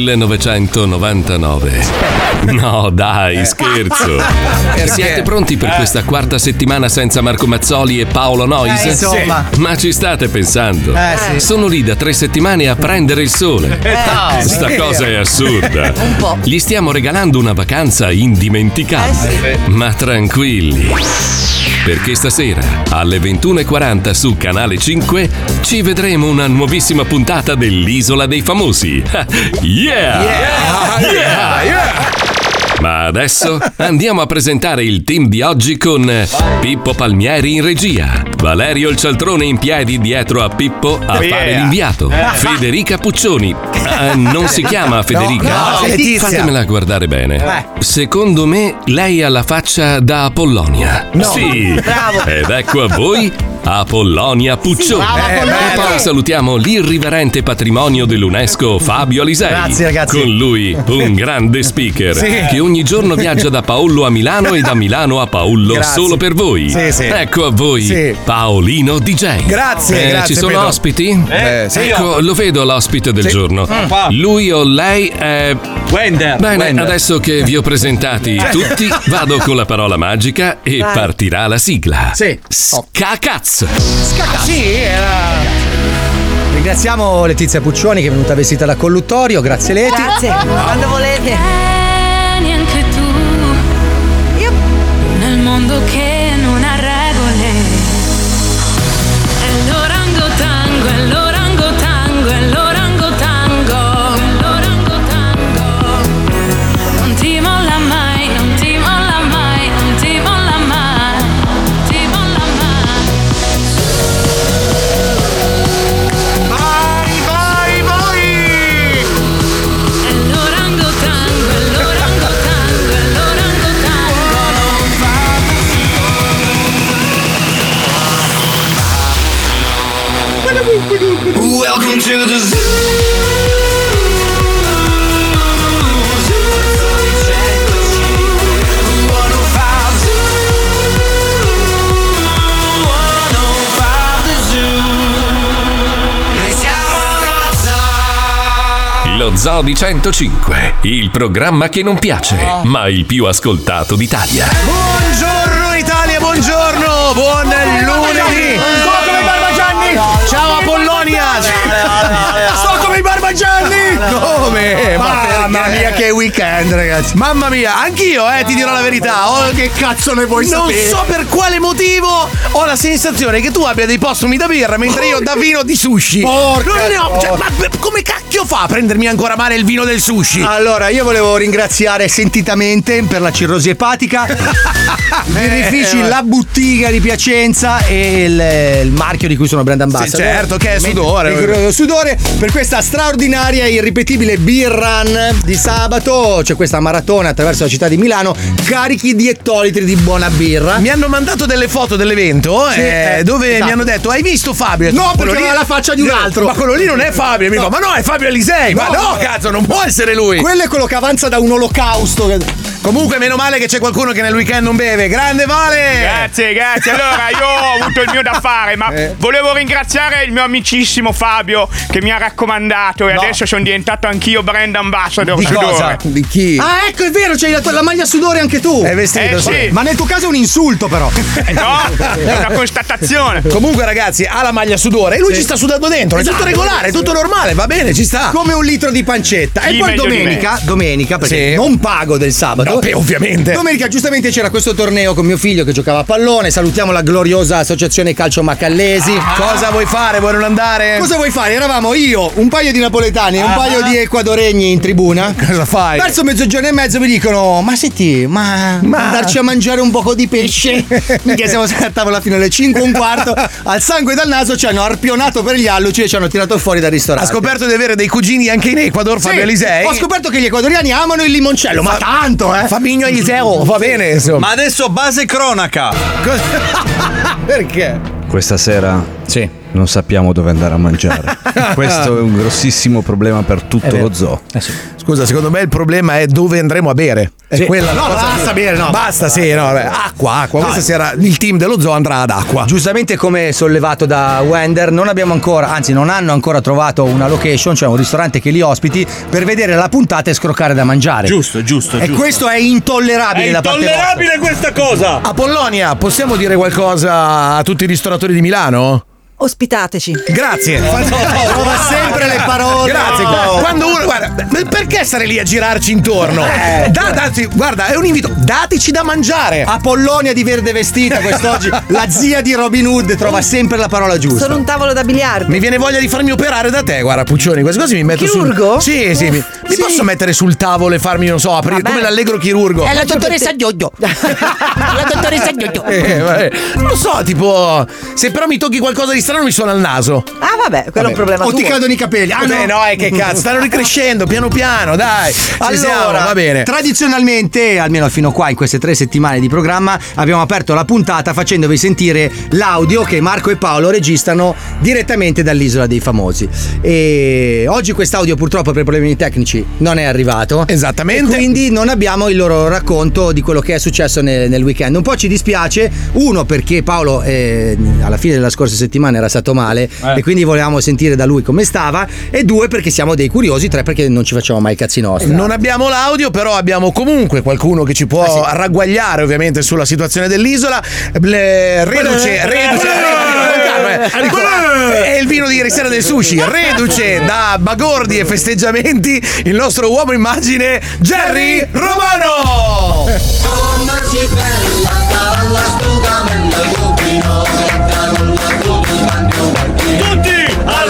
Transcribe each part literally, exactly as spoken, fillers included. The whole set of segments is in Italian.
millenovecentonovantanove. No, dai, scherzo. Siete pronti per questa quarta settimana senza Marco Mazzoli e Paolo Noyes? Eh, insomma. Ma ci state pensando? Eh, sì. Sono lì da tre settimane a prendere il sole. Eh, Sta sì. cosa è assurda. Un po'. Gli stiamo regalando una vacanza indimenticabile. Eh, sì. Ma tranquilli, perché stasera alle ventuno e quaranta su Canale cinque ci vedremo una nuovissima puntata dell'Isola dei Famosi. Yeah! Yeah! Yeah! Yeah! Ma adesso andiamo a presentare il team di oggi con Pippo Palmieri in regia, Valerio il Cialtrone in piedi dietro a Pippo a Oh, fare yeah. l'inviato, Federica Puccioni. Eh, non si chiama Federica? No, no, Letizia. Fatemela guardare bene. Eh. Secondo me lei ha la faccia da Apollonia. No. Sì. Bravo. Ed ecco a voi Apollonia Puccioni. Bravo, Apollonia. E poi salutiamo l'irriverente patrimonio dell'UNESCO Fabio Alisei. Grazie, ragazzi. Con lui un grande speaker Sì. che ogni giorno viaggia da Paolo a Milano e da Milano a Paolo Grazie. solo per voi. Sì, sì. Ecco a voi Sì. Paolino D J. Grazie, Eh, grazie, Ci sono Pedro. ospiti? Eh, sì. Ecco, lo vedo l'ospite del Sì. giorno. Mm. Lui o lei è... Wender. Bene, Wender. adesso che vi ho presentati tutti, vado con la parola magica e Vai. partirà la sigla. Sì. Scacazz. Scacca. Sì, era. Ringraziamo Letizia Puccioni che è venuta vestita da colluttorio. Grazie Leti. Grazie, quando volete. Vieni anche tu nel mondo che non ha regole. È l'orangotango, è l'orangotango, è l'orangotango, è l'orangotango. Non ti molla mai, non ti molla mai, non ti molla mai, non ti molla mai. Vai, vai, vai! È l'orangotango, è l'orangotango, è l'orangotango. Welcome to the zoo. Lo Zoo di centocinque, il programma che non piace, ma il più ascoltato d'Italia. Buongiorno Italia, buongiorno, buon lunedì. Sto come i Barbagianni. Ciao Apollonia. Sto come i Barbagianni. Come? Mamma mia che weekend, ragazzi. Mamma mia, anch'io, eh, ti dirò la verità. Oh, che cazzo ne vuoi Non sapere? so per quale motivo ho la sensazione che tu abbia dei postumi da birra mentre io da vino di sushi. Porca non ne ho, cioè, porca. ma come cacchio fa a prendermi ancora male il vino del sushi? Allora, io volevo ringraziare sentitamente per la cirrosi epatica birrifici eh, La Bottiga di Piacenza e il, il marchio di cui sono brand ambassador. Sì, certo, che è Men- Sudore. il Sudore per questa straordinaria e irripetibile beer run di sabato. C'è questa maratona attraverso la città di Milano, carichi di ettolitri di buona birra. Mi hanno mandato delle foto dell'evento Sì, eh, eh, dove esatto. mi hanno detto: hai visto Fabio? No, Quello perché lì- aveva la faccia di un altro. Ma quello lì non è Fabio. E mi No. fa: ma no, è Fabio Alisei. Ma No, no, no. cazzo, non può essere lui. Quello è quello che avanza da un olocausto. Comunque, meno male che c'è qualcuno che nel weekend non beve. Grande Vale! Grazie, grazie. Allora, io ho avuto il mio da fare, ma Eh. volevo ringraziare il mio amicissimo Fabio che mi ha raccomandato e No. adesso sono diventato anch'io brand ambassador Di Sudore. cosa? Di chi? Ah, ecco, è vero, c'hai la, tua- la maglia sudore anche tu. È vestito, Eh, sì. sì. Ma nel tuo caso è un insulto, però. Eh, no, è una constatazione. Comunque, ragazzi, ha la maglia sudore e lui Sì. ci sta sudando dentro. È Esatto. tutto regolare, è tutto normale, va bene, ci sta. Come un litro di pancetta. Chi E poi meglio di domenica, domenica, perché Sì. non pago del sabato. No, beh, ovviamente. Domenica giustamente c'era questo torneo con mio figlio che giocava a pallone. Salutiamo la gloriosa associazione Calcio Macallesi. Cosa vuoi fare? Vuoi non andare? Cosa vuoi fare? Eravamo io, un paio di napoletani e un paio di equadoregni in tribuna. Cosa fai? Verso mezzogiorno e mezzo mi dicono: ma senti, ma, Ma- andarci a mangiare un poco di pesce? Minchia, siamo stati a tavola fino alle cinque e un quarto. Al sangue dal naso ci hanno arpionato per gli alluci e ci hanno tirato fuori dal Ha ristorante. scoperto di avere dei cugini anche in Ecuador, Sì, Fabio Alisei. ho scoperto che gli ecuadoriani amano il limoncello, ma tanto, eh! Fabinho Aliseo, va bene, insomma. Ma adesso base cronaca. Perché? Questa sera Sì. non sappiamo dove andare a mangiare. Questo è un grossissimo problema per tutto lo zoo. Eh sì. Scusa, secondo me il problema è dove andremo a bere. È sì. quella no, la cosa basta che... bere, no. Basta, sì, no, vabbè. Acqua, acqua. No. Questa sera il team dello zoo andrà ad acqua. Giustamente, come sollevato da Wender, non abbiamo ancora, anzi non hanno ancora trovato una location, cioè un ristorante che li ospiti per vedere la puntata e scroccare da mangiare. Giusto, giusto, E giusto. questo è intollerabile È da parte vostra. intollerabile questa cosa! Apollonia, possiamo dire qualcosa a tutti i ristoratori di Milano? Ospitateci. Grazie. Trova sempre le parole. Grazie. No. Quando uno guarda, ma perché stare lì a girarci intorno? Eh. Da, dati, guarda, è un invito. Dateci da mangiare. Apollonia di verde vestita quest'oggi, la zia di Robin Hood, trova sempre la parola giusta. Sono un tavolo da biliardo. Mi viene voglia di farmi operare da te, guarda, Puccioni. Quasi quasi mi metto Chirurgo? sul. Sì, sì. Mi, mi Sì. posso mettere sul tavolo e farmi, non so, aprire Vabbè. come l'allegro chirurgo. È la dottoressa Giorgio. La dottoressa Giorgio. Eh, vabbè. Non lo so, tipo, se però mi tocchi qualcosa di strano mi suona il naso. Ah, vabbè, quello è un problema O tuo. ti cadono i capelli. Ah, Eh, no, è che cazzo, stanno ricrescendo piano piano, dai. Ci Allora, siamo, va bene. tradizionalmente, almeno fino a qua in queste tre settimane di programma, abbiamo aperto la puntata facendovi sentire l'audio che Marco e Paolo registrano direttamente dall'Isola dei Famosi. E oggi quest'audio purtroppo per problemi tecnici non è arrivato. Esattamente. E quindi non abbiamo il loro racconto di quello che è successo nel, nel weekend. Un po' ci dispiace, uno perché Paolo eh, alla fine della scorsa settimana era stato male Eh. e quindi volevamo sentire da lui come stava, e due perché siamo dei curiosi, tre perché non ci facciamo mai i cazzi nostri. Non abbiamo l'audio, però abbiamo comunque qualcuno che ci può Ah, sì. ragguagliare ovviamente sulla situazione dell'isola. Le- Reduce, reduce, Ecco, è il vino di ieri sera del sushi. Reduce da bagordi e festeggiamenti, il nostro uomo immagine Jerry Romano. Tutti!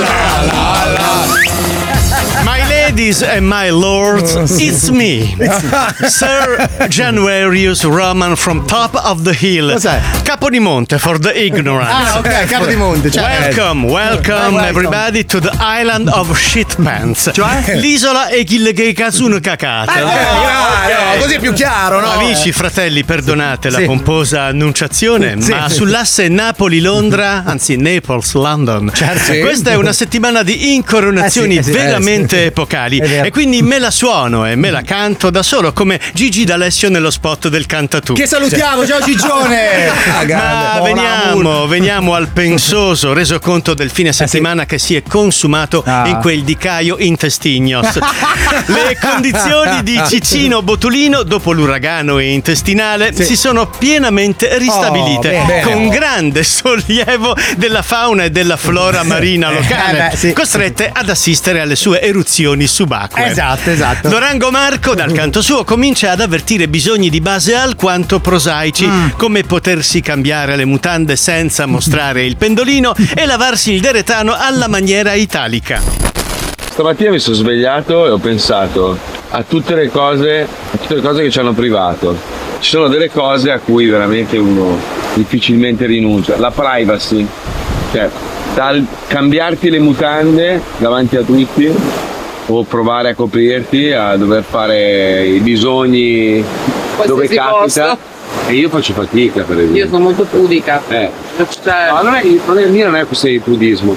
My ladies and my lords, it's me, Sir Januarius Roman from top of the hill. Cos'è? Capodimonte for the ignorant. Ah, ok, Capodimonte. Cioè, Welcome, welcome welcome. everybody to the island of shit pants. Cioè? L'isola e chi che cazzuno cacate. Eh, no, così è più chiaro, no? Amici, fratelli, perdonate la Sì. pomposa annunciazione, Sì. ma sull'asse Napoli-Londra, anzi Naples-London, Certo. questa è una settimana di incoronazioni Eh sì, eh sì, veramente eh sì. epocali, È vero. e quindi me la suono e me la canto da solo come Gigi D'Alessio nello spot del Cantatù. Che salutiamo, ciao Gigione. Ma veniamo, veniamo al pensoso resoconto del fine settimana che si è consumato Ah. in quel di Caio Intestignos. Le condizioni di Cicino Botulino dopo l'uragano intestinale si sono pienamente ristabilite, Oh, bene. con grande sollievo della fauna e della flora marina locale, Eh, beh, sì. costrette ad assistere alle sue eruzioni subacquee. Esatto, esatto. Lorango Marco, dal canto suo, comincia ad avvertire bisogni di base alquanto prosaici, Mm. come potersi cambiare le mutande senza mostrare il pendolino e lavarsi il deretano alla maniera italica. Stamattina mi sono svegliato e ho pensato a tutte le cose, a tutte le cose che ci hanno privato. Ci sono delle cose a cui veramente uno difficilmente rinuncia. La privacy, cioè dal cambiarti le mutande davanti a tutti o provare a coprirti, a dover fare i bisogni dove capita. E io faccio fatica, per esempio. Io sono molto pudica. Eh. Cioè, No, non è, non è, mio non è questione di pudismo.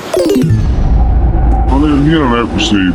Io non è così.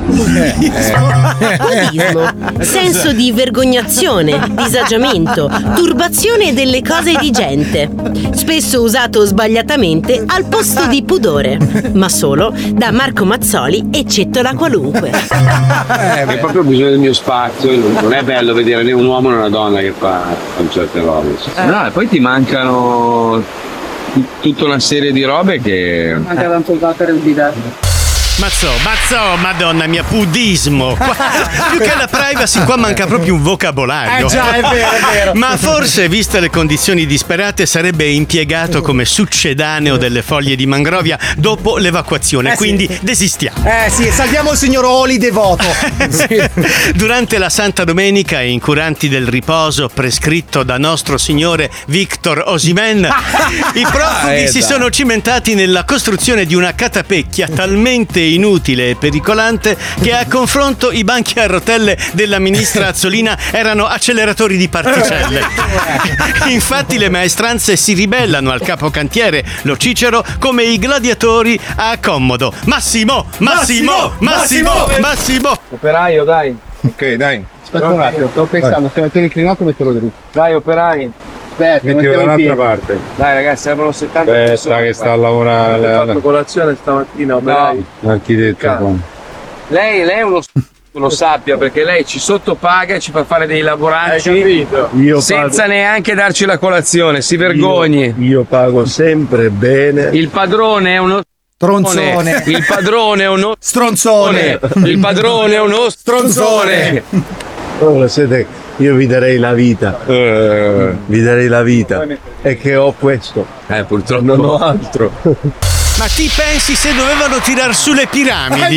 Senso di vergognazione, disagiamento, turbazione delle cose di gente, spesso usato sbagliatamente al posto di pudore, ma solo da Marco Mazzoli e Cettola Qualunque. Eh, ho proprio bisogno del mio spazio, non è bello vedere né un uomo né una donna che fa, fa certe robe. No, e poi ti mancano t- tutta una serie di robe che. manca tanto da per il bidet. Mazzo, mazzo, madonna mia, pudismo. Qua, più che la privacy, qua manca proprio un vocabolario. Eh già, è vero, è vero. Ma forse, viste le condizioni disperate, sarebbe impiegato come succedaneo delle foglie di mangrovia dopo l'evacuazione. Eh sì. Quindi desistiamo. Eh sì, salviamo il signor Oli devoto. Durante la Santa Domenica, incuranti del riposo prescritto da nostro signore Victor Osimhen, i profughi Eh, si dai. sono cimentati nella costruzione di una catapecchia talmente inutile e pericolante che a confronto i banchi a rotelle della ministra Azzolina erano acceleratori di particelle. Infatti le maestranze si ribellano al capocantiere, lo Cicero, come i gladiatori a Commodo. Massimo, Massimo, Massimo, Massimo, Massimo. Operaio, dai. Ok, dai. Aspetta un attimo, sto pensando, se metto inclinato metterlo dritto. Dai, operai. Aspetta, Mettilo da un'altra parte. Dai ragazzi, servono settanta Aspetta persone. che sta a lavorare. Ho fatto colazione stamattina, operai. L'architetto qua. Lei, lei è uno s***, lo sappia, perché lei ci sottopaga e ci fa fare dei lavoracci Io senza pago- neanche darci la colazione, si vergogni. Io, io pago sempre bene. Il padrone è uno Stronzone. Il padrone è uno Stronzone. Il padrone è uno stronzone. Oh, siete, io vi darei la vita. Uh, vi darei la vita. E che ho questo. Eh, purtroppo non ho altro. Ma ti pensi se dovevano tirar su le piramidi?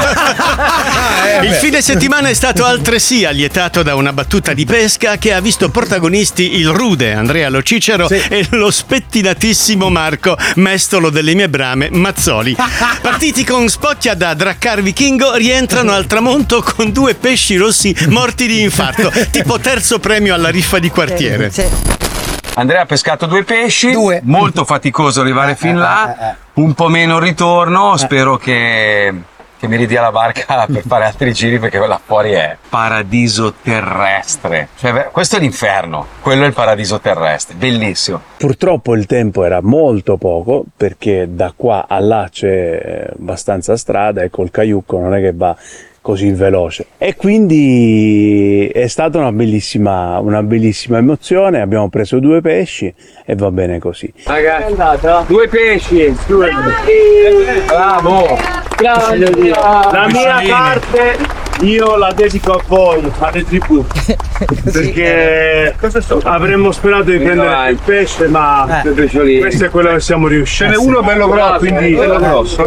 Il fine settimana è stato altresì allietato da una battuta di pesca che ha visto protagonisti il rude Andrea Lo Cicero sì. e lo spettinatissimo Marco, mestolo delle mie brame, Mazzoli. Partiti con spocchia da Drakkar Vichingo, rientrano al tramonto con due pesci rossi morti di infarto, tipo terzo premio alla riffa di quartiere. Andrea ha pescato due pesci, Due. molto faticoso arrivare fin là, un po' meno il ritorno, spero che, che mi ridia la barca per fare altri giri perché là fuori è paradiso terrestre, cioè questo è l'inferno, quello è il paradiso terrestre, bellissimo. Purtroppo il tempo era molto poco perché da qua a là c'è abbastanza strada e col caiucco non è che va così veloce e quindi è stata una bellissima una bellissima emozione. Abbiamo preso due pesci e va bene così. Ragazzi, due pesci, due. Bravo, La mia parte io la dedico a voi, alle tribù, perché avremmo sperato di prendere il pesce, ma questo è quello che siamo riusciti. Ce n'è uno bello grosso, quindi bello grosso.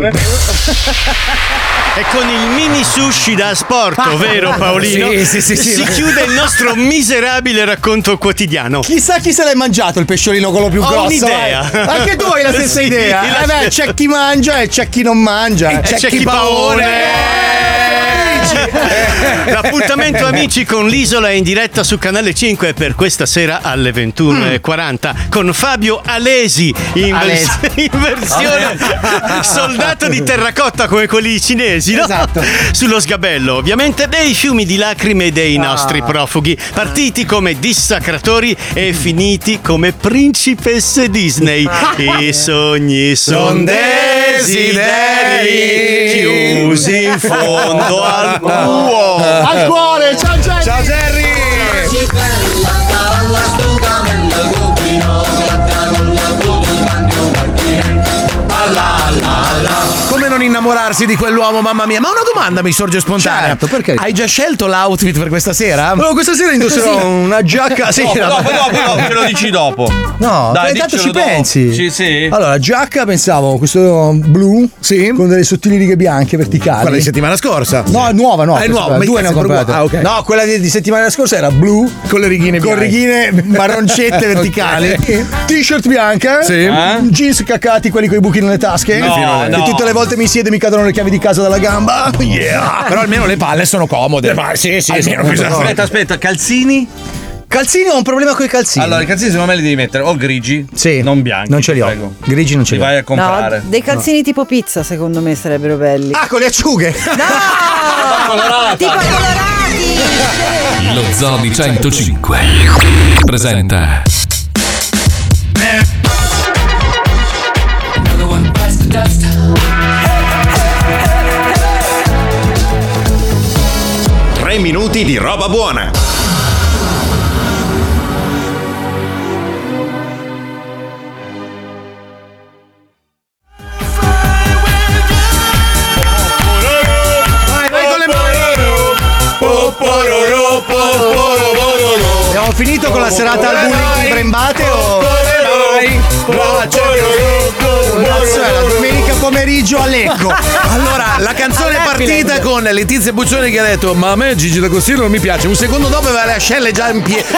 E con il mini sushi da asporto, vero Paolino? Sì, sì, sì, sì. Si chiude il nostro miserabile racconto quotidiano. Chissà chi se l'hai mangiato il pesciolino quello più Ho grosso. un'idea. Vai. Anche tu hai la stessa Sì, idea. la Eh beh, c'è chi mangia e c'è chi non mangia. E c'è chi paone. L'appuntamento amici con l'Isola è in diretta su Canale cinque per questa sera alle ventuno e quaranta con Fabio Alesi in, Alesi. vers- in versione soldato di terracotta come quelli cinesi, no? Esatto. Sullo sgabello ovviamente dei fiumi di lacrime dei nostri profughi, partiti come dissacratori e finiti come principesse Disney. I sogni son desideri chiusi in fondo al cuore. Al cuore, ciao Jerry! Ciao Jerry! Come non innamorarsi di quell'uomo, mamma mia? Ma una domanda mi sorge spontanea. Certo, perché? Hai già scelto l'outfit per questa sera? No, questa sera indosserò una giacca. Sì, Dopo, no. dopo, dopo, dopo, ce lo dici dopo. No, Dai, beh, intanto ci diccelo dopo. pensi. Sì, sì. Allora, giacca pensavo questo blu Sì. con delle sottili righe bianche verticali. Quella di settimana scorsa. No, è nuova, no. Ah, è nuova, ma due ne ho sempre comprate. uguale. Ah, ok. No, quella di, di settimana scorsa era blu Con le righine con bianche. righine marroncette verticali. Ok. T-shirt bianca, Sì. Eh? jeans cacati, quelli con i buchi nelle tasche. No, che no. tutte le volte mi siedo e mi cadono le chiavi di casa dalla gamba. Yeah. Però almeno le palle sono comode. Ma sì, sì, Almeno sì, bisogna- no. Aspetta, aspetta, calzini? Calzini, ho un problema con i calzini. Allora, i calzini secondo me li devi mettere o grigi, sì, non bianchi. non ce li ho. prego. Grigi non ce Li li ho. vai a comprare. No, dei calzini tipo pizza secondo me sarebbero belli. Ah, con le acciughe. No! Tipo colorati! Lo Zoo di centocinque presenta Tre minuti di roba buona. Vai, vai con le Abbiamo finito con la serata al bullying in Brembate o... Vai, Cazzo è la domenica domenica pomeriggio a Lecco. Allora, la canzone è partita con Letizia Puccioni che ha detto: ma a me Gigi D'Agostino non mi piace. Un secondo dopo aveva le ascelle già in piedi.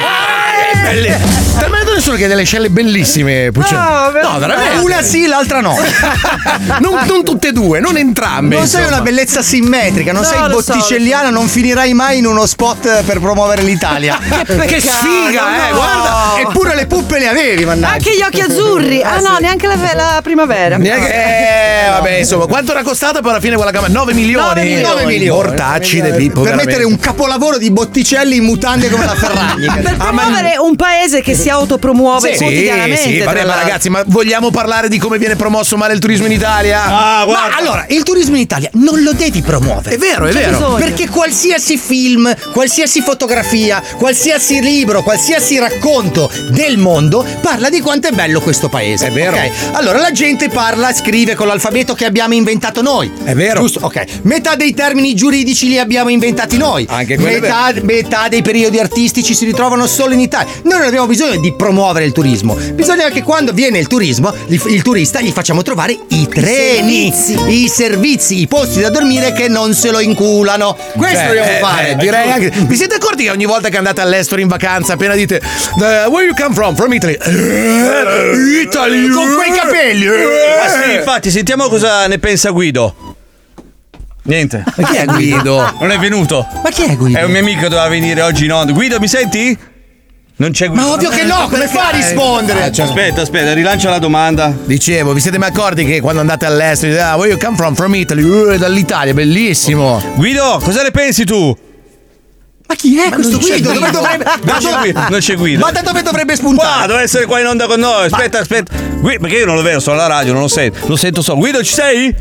Per me nessuno che ha delle ascelle bellissime, Puccioni. No, No, veramente. Una sì, l'altra no. non, non tutte e due, non entrambe. Non sei insomma. una bellezza simmetrica, non No, sei lo so, botticelliano, non finirai mai in uno spot per promuovere l'Italia. Che sfiga, eh, no. guarda. Eppure le puppe le avevi, mannaggia. Anche gli occhi azzurri. Ah no, neanche la, la primavera. Neanche- eh, vabbè, insomma, quanto era costata poi alla fine quella camera? nove milioni. nove milioni. Mortacci de Pippo. Per veramente. mettere un capolavoro di Botticelli in mutande come la Ferragni. Per promuovere un paese che si autopromuove Sì, quotidianamente. sì, vabbè, tra ma l'altro. ragazzi, ma vogliamo parlare di come viene promosso male il turismo in Italia? Ah, Ma allora, il turismo in Italia non lo devi promuovere. È vero, è C'è vero. bisogno. Perché qualsiasi film, qualsiasi fotografia, qualsiasi libro, qualsiasi racconto del mondo parla di quanto è bello questo paese. È vero. Ok? Allora la gente parla, scrive con l'alfabeto che abbiamo inventato noi. È vero. Giusto? Ok. Metà dei termini giuridici li abbiamo inventati noi. Anche quello è metà, metà dei periodi artistici si ritrovano solo in Italia. Noi non abbiamo bisogno di promuovere il turismo. Bisogna che quando viene il turismo, il, il turista, gli facciamo trovare i treni, i servizi, i posti da dormire che non se lo inculano. Questo Cioè, dobbiamo eh, fare. eh, direi anche. Vi siete accorti che ogni volta che andate all'estero in vacanza, appena dite "Uh, where you come from? From Italy. Eh, Italy. Con quei capelli. Ma sì, infatti, sentiamo cosa ne pensa Guido. Niente. Ma chi è Guido? Non è venuto. Ma chi è Guido? È un mio amico che doveva venire oggi in onda. Guido, mi senti? Non c'è Guido. Ma ovvio che no, come fa a rispondere? Eh, cioè, Aspetta, aspetta, rilancia la domanda. Dicevo, vi siete mai accorti che quando andate all'estero dite "Ah, where you come from? From Italy. Uh, dall'Italia, bellissimo. Guido, cosa ne pensi tu? Ma chi è questo non c'è Guido? Dove Guido. dovrebbe. Non c'è Guido. Non c'è Guido. Ma da dove dovrebbe Qua, spuntare? deve essere qua in onda con noi. Aspetta, aspetta. Guido, perché io non lo vedo, sono alla radio, non lo sento. Lo sento solo. Guido, ci sei?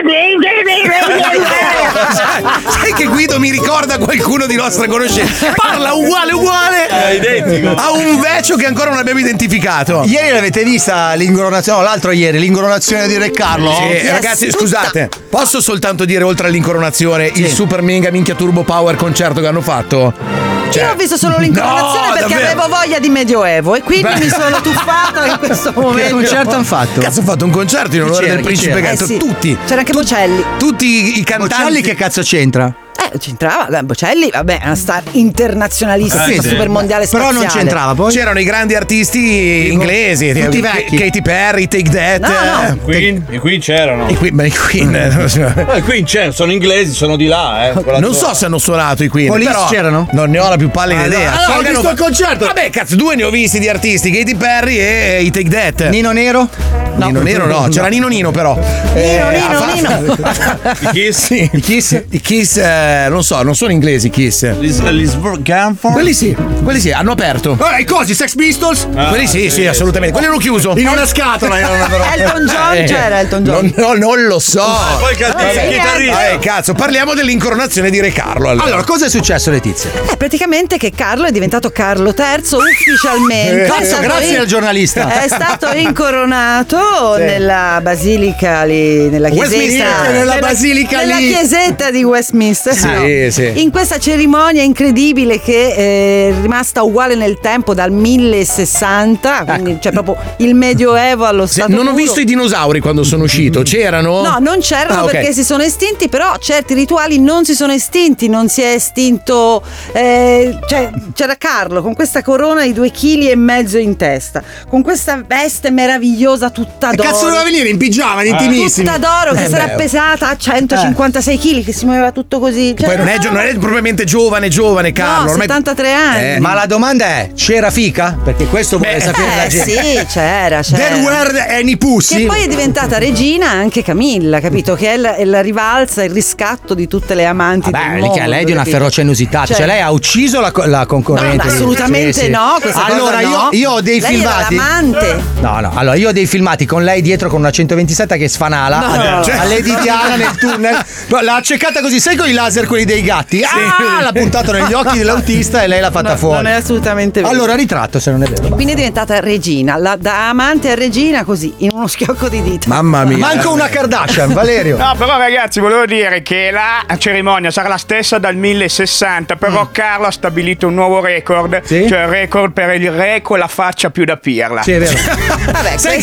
Sai che Guido mi ricorda qualcuno di nostra conoscenza? Parla uguale uguale È identico. a un vecchio che ancora non abbiamo identificato. Ieri l'avete vista l'incoronazione, no, l'altro ieri, l'incoronazione di Re Carlo? Sì, Yes. ragazzi, scusate, posso soltanto dire oltre all'incoronazione il super mega minchia turbo power concerto che hanno fatto? Cioè, Io ho visto solo l'incoronazione no, perché davvero. avevo voglia di medioevo e quindi Beh. mi sono tuffata in questo momento. Che concerto hanno fatto? Cazzo, ho fatto un concerto in onore c'era, del chi principe c'era? Gatto. Eh sì. Tutti, C'era anche Bocelli. tutti i cantanti. Bocelli che cazzo c'entra? Eh, c'entrava, beh, Bocelli, vabbè, è una star internazionalissima, Eh, sì. super mondiale Però spaziale. non c'entrava poi. C'erano i grandi artisti inglesi, tutti tipo vecchi. Katy Perry, Take That. No, no. eh, Queen, i Queen c'erano. I Queen, ma i Queen. No, i Queen c'erano, sono inglesi, sono di là, eh. Quella Non tua- so se hanno suonato i Queen. Police però c'erano? Non ne ho la più pallida Ah, no. idea. Ah, no, So ho che visto hanno- il concerto. Vabbè, cazzo, due ne ho visti di artisti, Katy Perry e i Take That. Nino Nero? Nino Nero no, c'era Nino Nino però. Nino, Nino, ah, fa- Nino. I Kiss? Sì, i Kiss, i Kiss eh, non so, non sono inglesi i Kiss. Lis- Lisbon Ganford? Quelli sì, quelli sì, hanno aperto. Eh, i cosi, Sex Pistols? quelli sì, sì, sì, assolutamente. Quelli hanno chiuso. In una scatola. Elton John Eh, c'era Elton John. Non, no, non lo so. Poi il Eh, sì, chitarrista. Eh, cazzo, parliamo dell'incoronazione di Re Carlo. Allora, Allora, cosa è successo, Letizia? Eh, praticamente che Carlo è diventato Carlo terzo ufficialmente. Eh, È stato grazie in- al giornalista. È stato incoronato nella basilica lì, nella Westminster, chiesetta. nella basilica nella lì. chiesetta di Westminster. Sì, no. sì. In questa cerimonia incredibile che è rimasta uguale nel tempo dal millesessanta, quindi c'è proprio il medioevo allo Sì, stato non ho puro. visto i dinosauri quando sono uscito. C'erano? No, non c'erano Ah, ok. perché si sono estinti, però certi rituali non si sono estinti, non si è estinto. eh, cioè, c'era Carlo con questa corona di due chili e mezzo in testa, con questa veste meravigliosa tutta Che d'oro. cazzo doveva venire in pigiama, intimissimi? Tutta d'oro che Eh, sarà beh. pesata a centocinquantasei chili, che si muoveva tutto così. Cioè, Poi non è, gio- non è propriamente giovane, giovane Carlo. no, ormai- settantatré anni. Eh, Ma la domanda è, c'era fica? Perché questo vuole sapere la Eh gente. sì, c'era, c'era. There were any pussy? Che poi è diventata regina anche Camilla, capito? Che è la, è la rivalsa, il riscatto di tutte le amanti del Beh, mondo. mica lei è di una capito? ferocia inusitata. Cioè, Cioè- lei ha ucciso la, co- la concorrente. No, assolutamente Sì, sì. no, questa allora, cosa no. io, io ho dei Lei filmati. era l'amante. No, no, allora io ho dei filmati con lei dietro con una centoventisette che sfanala No, a, no. cioè, a Lady Diana nel tunnel. L'ha accecata così, sai con i laser quelli dei gatti? Ah, l'ha puntato negli occhi dell'autista e lei l'ha fatta No, fuori. non è assolutamente vero. Allora ritratto se non è vero. Quindi è diventata regina, la- da amante a regina così, in uno schiocco di dita. Mamma mia. Manco una Kardashian, Valerio. No, però ragazzi, volevo dire che la cerimonia sarà la stessa dal millesessanta, però Carlo ha stabilito un nuovo record, Sì? cioè il record per il re con la faccia più da pirla. Sì, è vero. Vabbè, Sai questo che- è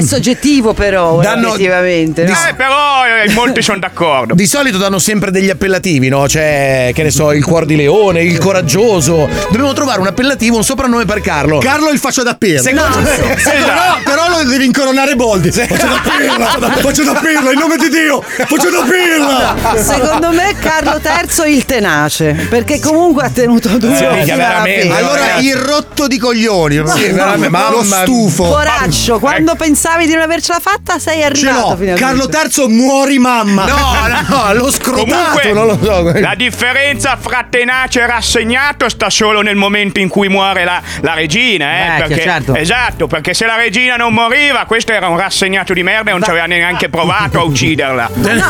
soggettivo però, Danno- effettivamente. di- no? Eh, però eh, in molti sono d'accordo. Di solito danno sempre degli appellativi, no? C'è, che ne so, il cuor di leone, il coraggioso. Dobbiamo trovare un appellativo, un soprannome per Carlo. Carlo il faccio da pirla. Secondo me, Però, però lo devi incoronare Boldi. Faccio da pirla, faccio da pirla, in nome di Dio, faccio da pirla. Secondo me Carlo terzo il tenace, perché comunque ha tenuto duro. Sì, mica, fino alla veramente. fine. Allora ragazzi. il rotto di coglioni. Sì, veramente, mamma lo mia. stufo. Poraccio, quando pensavi di non avercela fatta, sei Ce arrivato l'ho. finalmente. Carlo terzo muori mamma. No, no, l'ho scrotato, Comunque, non lo so. la differenza fra tenace e rassegnato sta solo nel momento in cui muore la, la regina, eh, Eh, perché, che certo. esatto, perché se la regina non moriva, questo era un rassegnato di merda e non ci aveva neanche provato a ucciderla. No, no,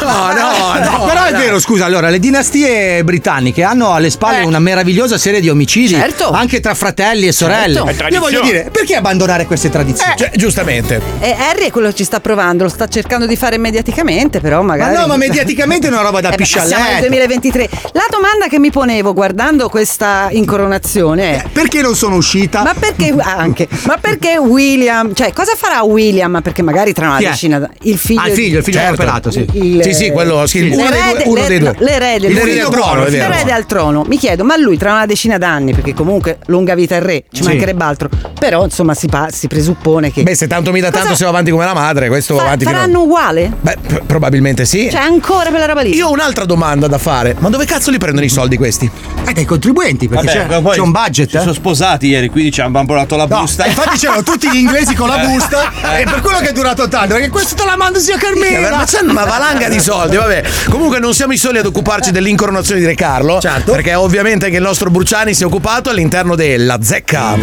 no. Però è vero, scusa, allora, le dinastie britanniche hanno alle spalle Eh. una meravigliosa serie di omicidi, Certo. anche tra fratelli e sorelle. Certo. È Io tradizione. voglio dire, perché abbandonare queste tradizioni? Cioè, giustamente. E Harry è quello che ci sta provando, lo sta cercando di fare mediaticamente, però Ma magari. no, ma mediaticamente è una roba da Eh beh, siamo nel piscialletto. duemilaventitré. La domanda che mi ponevo guardando questa incoronazione è: Perché non sono uscita? ma perché anche? Ma perché William? Cioè, cosa farà William? Perché magari tra una Chi è? decina d- il figlio. Ah, il figlio, il figlio Certo. appelato, sì. il- Sì, sì, quello, sì, uno dei due- l'erede- uno l'er- dei due. no, l'erede, Il lui- erede al trono, è vero. l'erede al trono. Mi chiedo, ma lui tra una decina d'anni, perché comunque lunga vita al re, ci Sì. mancherebbe altro. Però insomma si, pa- si presuppone che. Beh, se tanto mi dà tanto Cosa- se va avanti come la madre, questo va Fa- avanti fino a- faranno uguale? Beh, p- probabilmente sì. Cioè, ancora per la roba lì. Io ho un'altra domanda da fare. Ma dove cazzo li prendono i soldi questi? Eh, dai contribuenti, perché Vabbè, c'è, poi c'è un budget. Si eh. sono sposati ieri, quindi ci hanno portato la No, busta. infatti c'erano tutti gli inglesi con la busta e per quello che è durato tanto, perché questo te la mando zia Carmela. Ma c'è una valanga di soldi, vabbè. Comunque non siamo i soli ad occuparci dell'incoronazione di Re Carlo. Certo. Perché ovviamente che il nostro Bruciani si è occupato all'interno della zecca.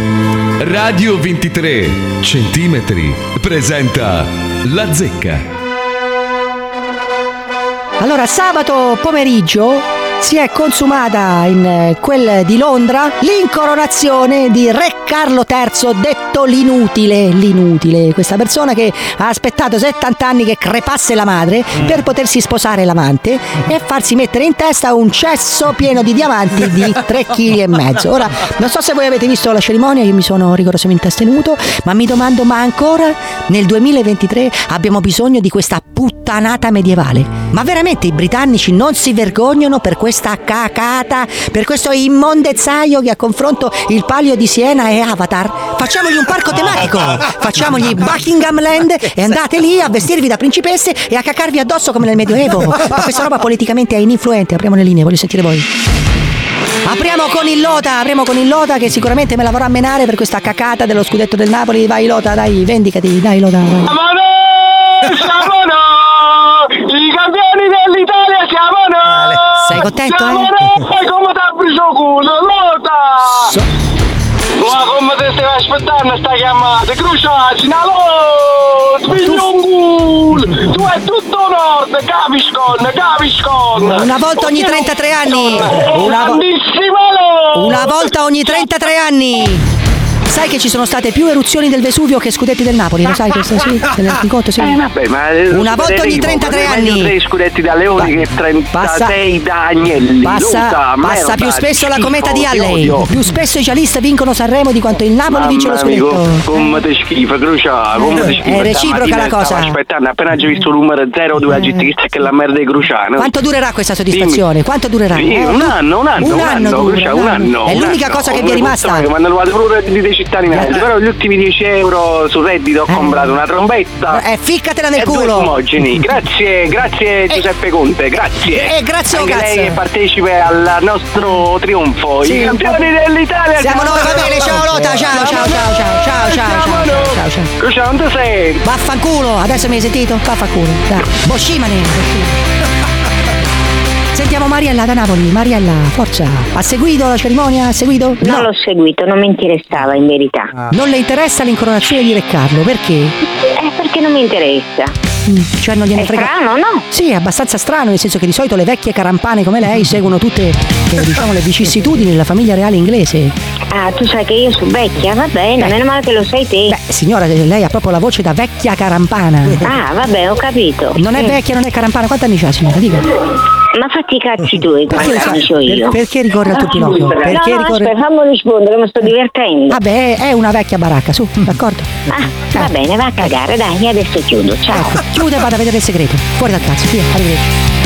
Radio ventitré centimetri presenta La Zecca. Allora, sabato pomeriggio si è consumata in eh, quel di Londra l'incoronazione di Re Carlo terzo, detto l'inutile, l'inutile, questa persona che ha aspettato settanta anni che crepasse la madre per potersi sposare l'amante e farsi mettere in testa un cesso pieno di diamanti di tre chili e mezzo. Ora, non so se voi avete visto la cerimonia, io mi sono rigorosamente astenuto, ma mi domando, ma ancora nel duemilaventitré abbiamo bisogno di questa puttanata medievale? Ma veramente i britannici non si vergognano per questa cacata, per questo immondezzaio che a confronto il Palio di Siena e Avatar? Facciamogli un parco tematico, facciamogli Buckingham Land e andate lì a vestirvi da principesse e a cacarvi addosso come nel Medioevo. Ma questa roba politicamente è ininfluente. Apriamo le linee, voglio sentire voi. Apriamo con il Lota, apriamo con il Lota che sicuramente me la vorrà menare per questa cacata dello scudetto del Napoli. Vai Lota, dai, vendicati, dai Lota. Vai. Siamo noi, i campioni dell'Italia siamo noi. Sei contento, siamo eh? noi, come t'ha preso culo, Lota. Ma come te stai aspettando sta chiamata? Cruciaci, allo, figlio un culo. Tu è tutto nord, Gaviscon, Gaviscon. Una volta ogni trentatré anni. Una, vo- Grandissimo una volta ogni trentatré anni. Sai che ci sono state più eruzioni del Vesuvio che scudetti del Napoli, lo sai questo? Sì, te ne rendi conto, sì. Eh vabbè, ma Una volta ogni trentatré anni. tre scudetti da Leoni che trentasei da Agnelli. Passa, Luca, passa merda, più spesso la schifo, cometa di ti Halley. odio. Più spesso i cialisti vincono Sanremo di quanto il Napoli vince lo Mamma mia, scudetto. come ti schifo, Crucia, come ti schifo. È reciproca la cosa. Stavo aspettando, appena già visto il numero zero due agitista che la merda di Cruciano. Quanto durerà questa soddisfazione? Quanto durerà? Sì, Eh, un anno, un anno, un un anno anno, dura, Crucia, un un anno. anno. È un l'unica anno. cosa che vi è Come rimasta. funziona? Quando hanno fatto pure redditi di cittadinanza, però gli ultimi dieci euro sul reddito ho comprato una trombetta. Eh, ficcatela nel e due culo. fumogeni. Grazie, grazie Giuseppe Conte, grazie. E grazie Anche Ogaz. lei che partecipa al nostro trionfo. Sì. I campioni dell'Italia. Siamo noi, va bene, ciao Lota, ciao, ciao, ciao, ciao, ciao, ciao, ciao, ciao, ciao, ciao. Crucia, non ti sei? Vaffanculo, adesso mi hai sentito? Vaffanculo, dai. Boschimane, boschimane. Sentiamo Mariella da Napoli. Mariella, forza. Ha seguito la cerimonia? Ha seguito? No. Non l'ho seguito, non mi interessava in verità. Non le interessa l'incoronazione di Re Carlo, perché? Eh, perché non mi interessa. Cioè non gliene È frega. strano, no? Sì, è abbastanza strano, nel senso che di solito le vecchie carampane come lei seguono tutte eh, diciamo le vicissitudini della famiglia reale inglese. Ah, tu sai che io sono vecchia, va bene, meno male che lo sai te. Beh, signora, lei ha proprio la voce da vecchia carampana. Ah, vabbè, ho capito. Non è Mm. vecchia, non è carampana. Quanti anni c'ha, signora? Dica. Ma fatti i cazzi tuoi, quando Perché, faccio io. per- perché ricorre al turpiloquio? No, Perché no, ricorre... aspetta, fammi rispondere, mi sto divertendo. Vabbè, è una vecchia baracca, su, d'accordo? Ah, va bene, va a cagare, dai, adesso chiudo, ciao. Ecco, chiude e vada a vedere il segreto. Fuori dal cazzo, via, arrivederci.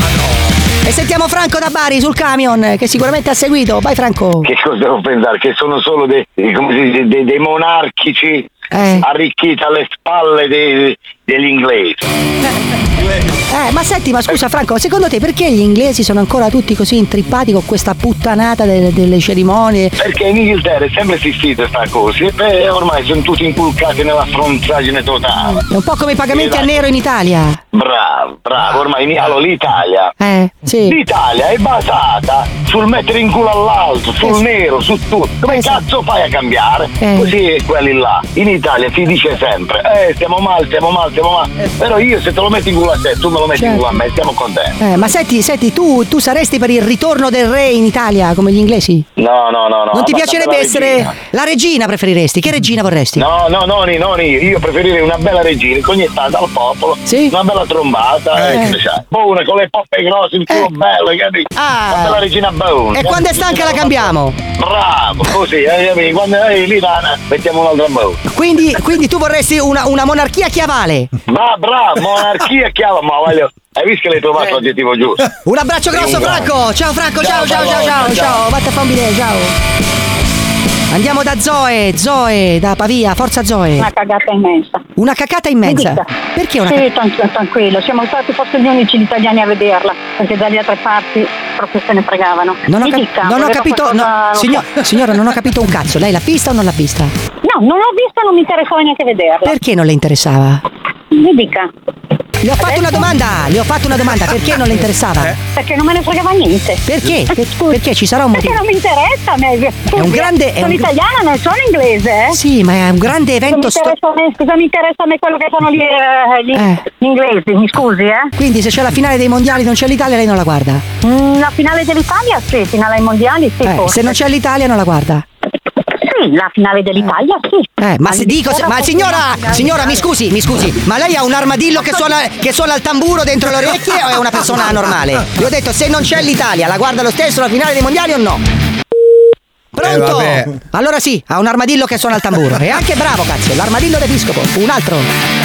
E sentiamo Franco da Bari sul camion, che sicuramente ha seguito. Vai Franco. Che cosa devo pensare? Che sono solo dei, dei- come si dice, dei, dei monarchici Eh. arricchiti alle spalle dei- degli inglesi. Eh, ma senti, ma scusa Franco, secondo te perché gli inglesi sono ancora tutti così intrippati con questa puttanata delle, delle cerimonie? Perché in Inghilterra è sempre esistita questa cosa e beh, ormai sono tutti inculcati nella stronzaggine totale. È un po' come i pagamenti a nero in Italia. Bravo, bravo, ormai in- allora l'Italia. Eh, sì. L'Italia è basata sul mettere in culo all'altro, sul Eh, sì. nero, su tutto. Come Eh, sì. cazzo fai a cambiare? Eh. Così è quelli là. In Italia si dice sempre, eh, stiamo male, stiamo male, stiamo male. Però io se te lo metti in culo a te, tu me lo metti in Certo. culo a me, stiamo contenti. Eh, ma senti, senti, tu, tu saresti per il ritorno del re in Italia come gli inglesi? No, no, no, no. Non ti ma piacerebbe la essere regina. la regina preferiresti? Che regina vorresti? No, no, non io, non io. Io preferirei una bella regina, cognettata al popolo, una bella trombata, Eh. eh. che c'è? Buona, con le poppe grosse, il culo bello, capito? Ah. Una bella regina buona. E quando è stanca la cambiamo? Bravo, così, eh, capito? Quando è lì, là, mettiamo un'altra buona. Quindi, quindi tu vorresti una, una monarchia chiavale? Ma bravo, monarchia chiava, ma voglio. Hai visto che l'hai trovato l'aggettivo giusto? Un abbraccio grosso Franco! Ciao Franco, ciao ciao ciao ciao ciao! Vattene a fare un bidet, ciao! Andiamo da Zoe, Zoe da Pavia, forza Zoe! Una cagata immensa. Una cacata immensa? Perché una Sì, tran- tranquillo, siamo stati forse gli unici italiani a vederla, perché dalle altre parti proprio se ne fregavano. Non ho, Mi cap- dica, non ho voleva capito, no, qualcosa- signor- signora, non ho capito un cazzo. Lei l'ha vista o non l'ha vista? No, non l'ho vista, non mi interessava neanche vederla. Perché non le interessava? Mi dica. Le ho fatto una domanda, le ho fatto una domanda, perché non le interessava? Perché non me ne fregava niente. Perché? Per- perché ci sarà un Perché motivo? non mi interessa a me. È un grande- è Sono un- italiana, non sono inglese, eh? Sì, ma è un grande evento Cosa mi interessa a me, cosa mi interessa a me quello che sono gli, eh, gli, Eh. gli inglesi, mi scusi, eh? Quindi se c'è la finale dei mondiali non c'è l'Italia, lei non la guarda? Mm, La finale dell'Italia sì, finale ai mondiali sì, Eh, forse. se non c'è l'Italia non la guarda? Sì, la finale dell'Italia sì. Eh, ma se dico, se- ma signora, signora, mi scusi, mi scusi, ma lei ha un armadillo che suona, che suona il tamburo dentro le orecchie o è una persona normale? Le ho detto, se non c'è l'Italia, la guarda lo stesso la finale dei mondiali o no? Pronto? Eh, vabbè. Allora sì, ha un armadillo che suona il tamburo. E anche bravo, cazzo, l'armadillo d'episcopo, un altro.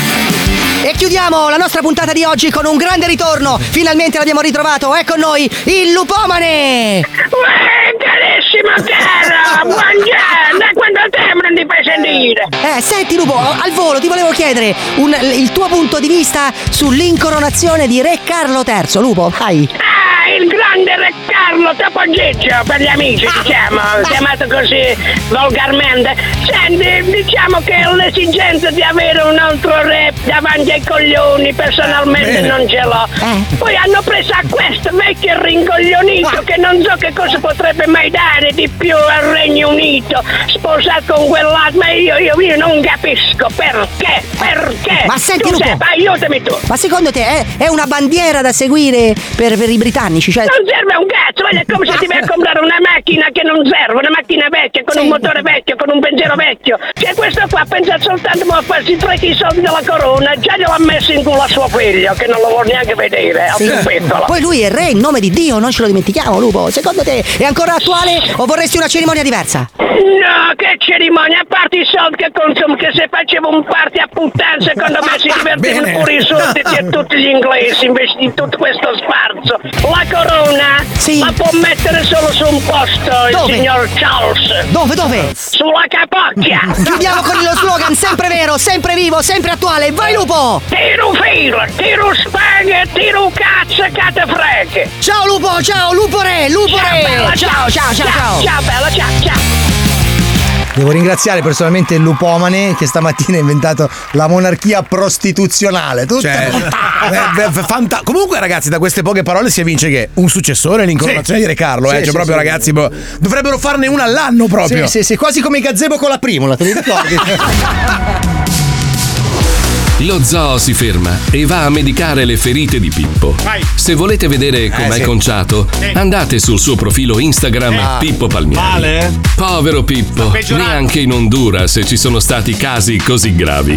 E chiudiamo la nostra puntata di oggi con un grande ritorno. Finalmente l'abbiamo ritrovato, è con noi il Lupomane! Carissimo caro, buongiorno, da quanto tempo non ti fai sentire? Eh, senti Lupo, al volo ti volevo chiedere un- il tuo punto di vista sull'incoronazione di Re Carlo terzo, Lupo, vai. Ah, il grande Re Carlo Topoggiccio, per gli amici, diciamo, chiamato così volgarmente. Senti, diciamo che l'esigenza di avere un altro re davanti ai coglioni, personalmente Bene. non ce l'ho. Poi hanno preso a questo vecchio rincoglionito che non so che cosa potrebbe mai dare di più al Regno Unito, sposato con quell'altro, ma io, io, io non capisco perché, perché? Ma senti, tu Lupo, sai, aiutami tu. Ma secondo te è, è una bandiera da seguire per, per i britannici? Cioè... Non serve un cazzo, è come se ti vai a comprare una macchina che non serve, una macchina vecchia, con un motore vecchio, con un pensiero vecchio. Che questo qua pensa soltanto a farsi tre i soldi della corona, già gliel'ha messo in culo a suo figlio, che non lo vuole neanche vedere, al Sì. più piccolo. Poi lui è re in nome di Dio, non ce lo dimentichiamo, Lupo. Secondo te è ancora attuale o vorresti una cerimonia diversa? No, che cerimonia, a parte i soldi che consumi, che se facevo un party a puttana, secondo me si divertivano Bene. pure i sudditi e tutti gli inglesi invece di tutto questo sfarzo. La corona la può mettere solo su un posto il Dove? signor Charles. Dove, dove? Sulla capocchia. Chiudiamo con lo slogan sempre vero, sempre vivo, sempre attuale. Vai Lupo! Tiro filo, tiro spaghe, tiro cazzo e cate freghe. Ciao Lupo, ciao Lupo Re, Lupo Ciao, Re! bella, ciao, ciao, ciao, ciao! Ciao bella, ciao, ciao. Devo ringraziare personalmente il Lupomane che stamattina ha inventato la monarchia prostituzionale. Tutte Cioè, puttane. eh, beh, fanta- comunque ragazzi, da queste poche parole si evince che un successore è l'incoronazione Sì. di Re Carlo, eh? Sì, Cioè sì, proprio sì. ragazzi boh, dovrebbero farne una all'anno proprio. Sì, sì, sì, quasi come i gazebo con la primula, te li ricordi? Lo zoo si ferma e va a medicare le ferite di Pippo. Vai. Se volete vedere com'è sì. conciato, Sì. andate sul suo profilo Instagram Eh. Pippo Palmieri. Male? Povero Pippo, peggiorando. neanche in Honduras ci sono stati casi così gravi.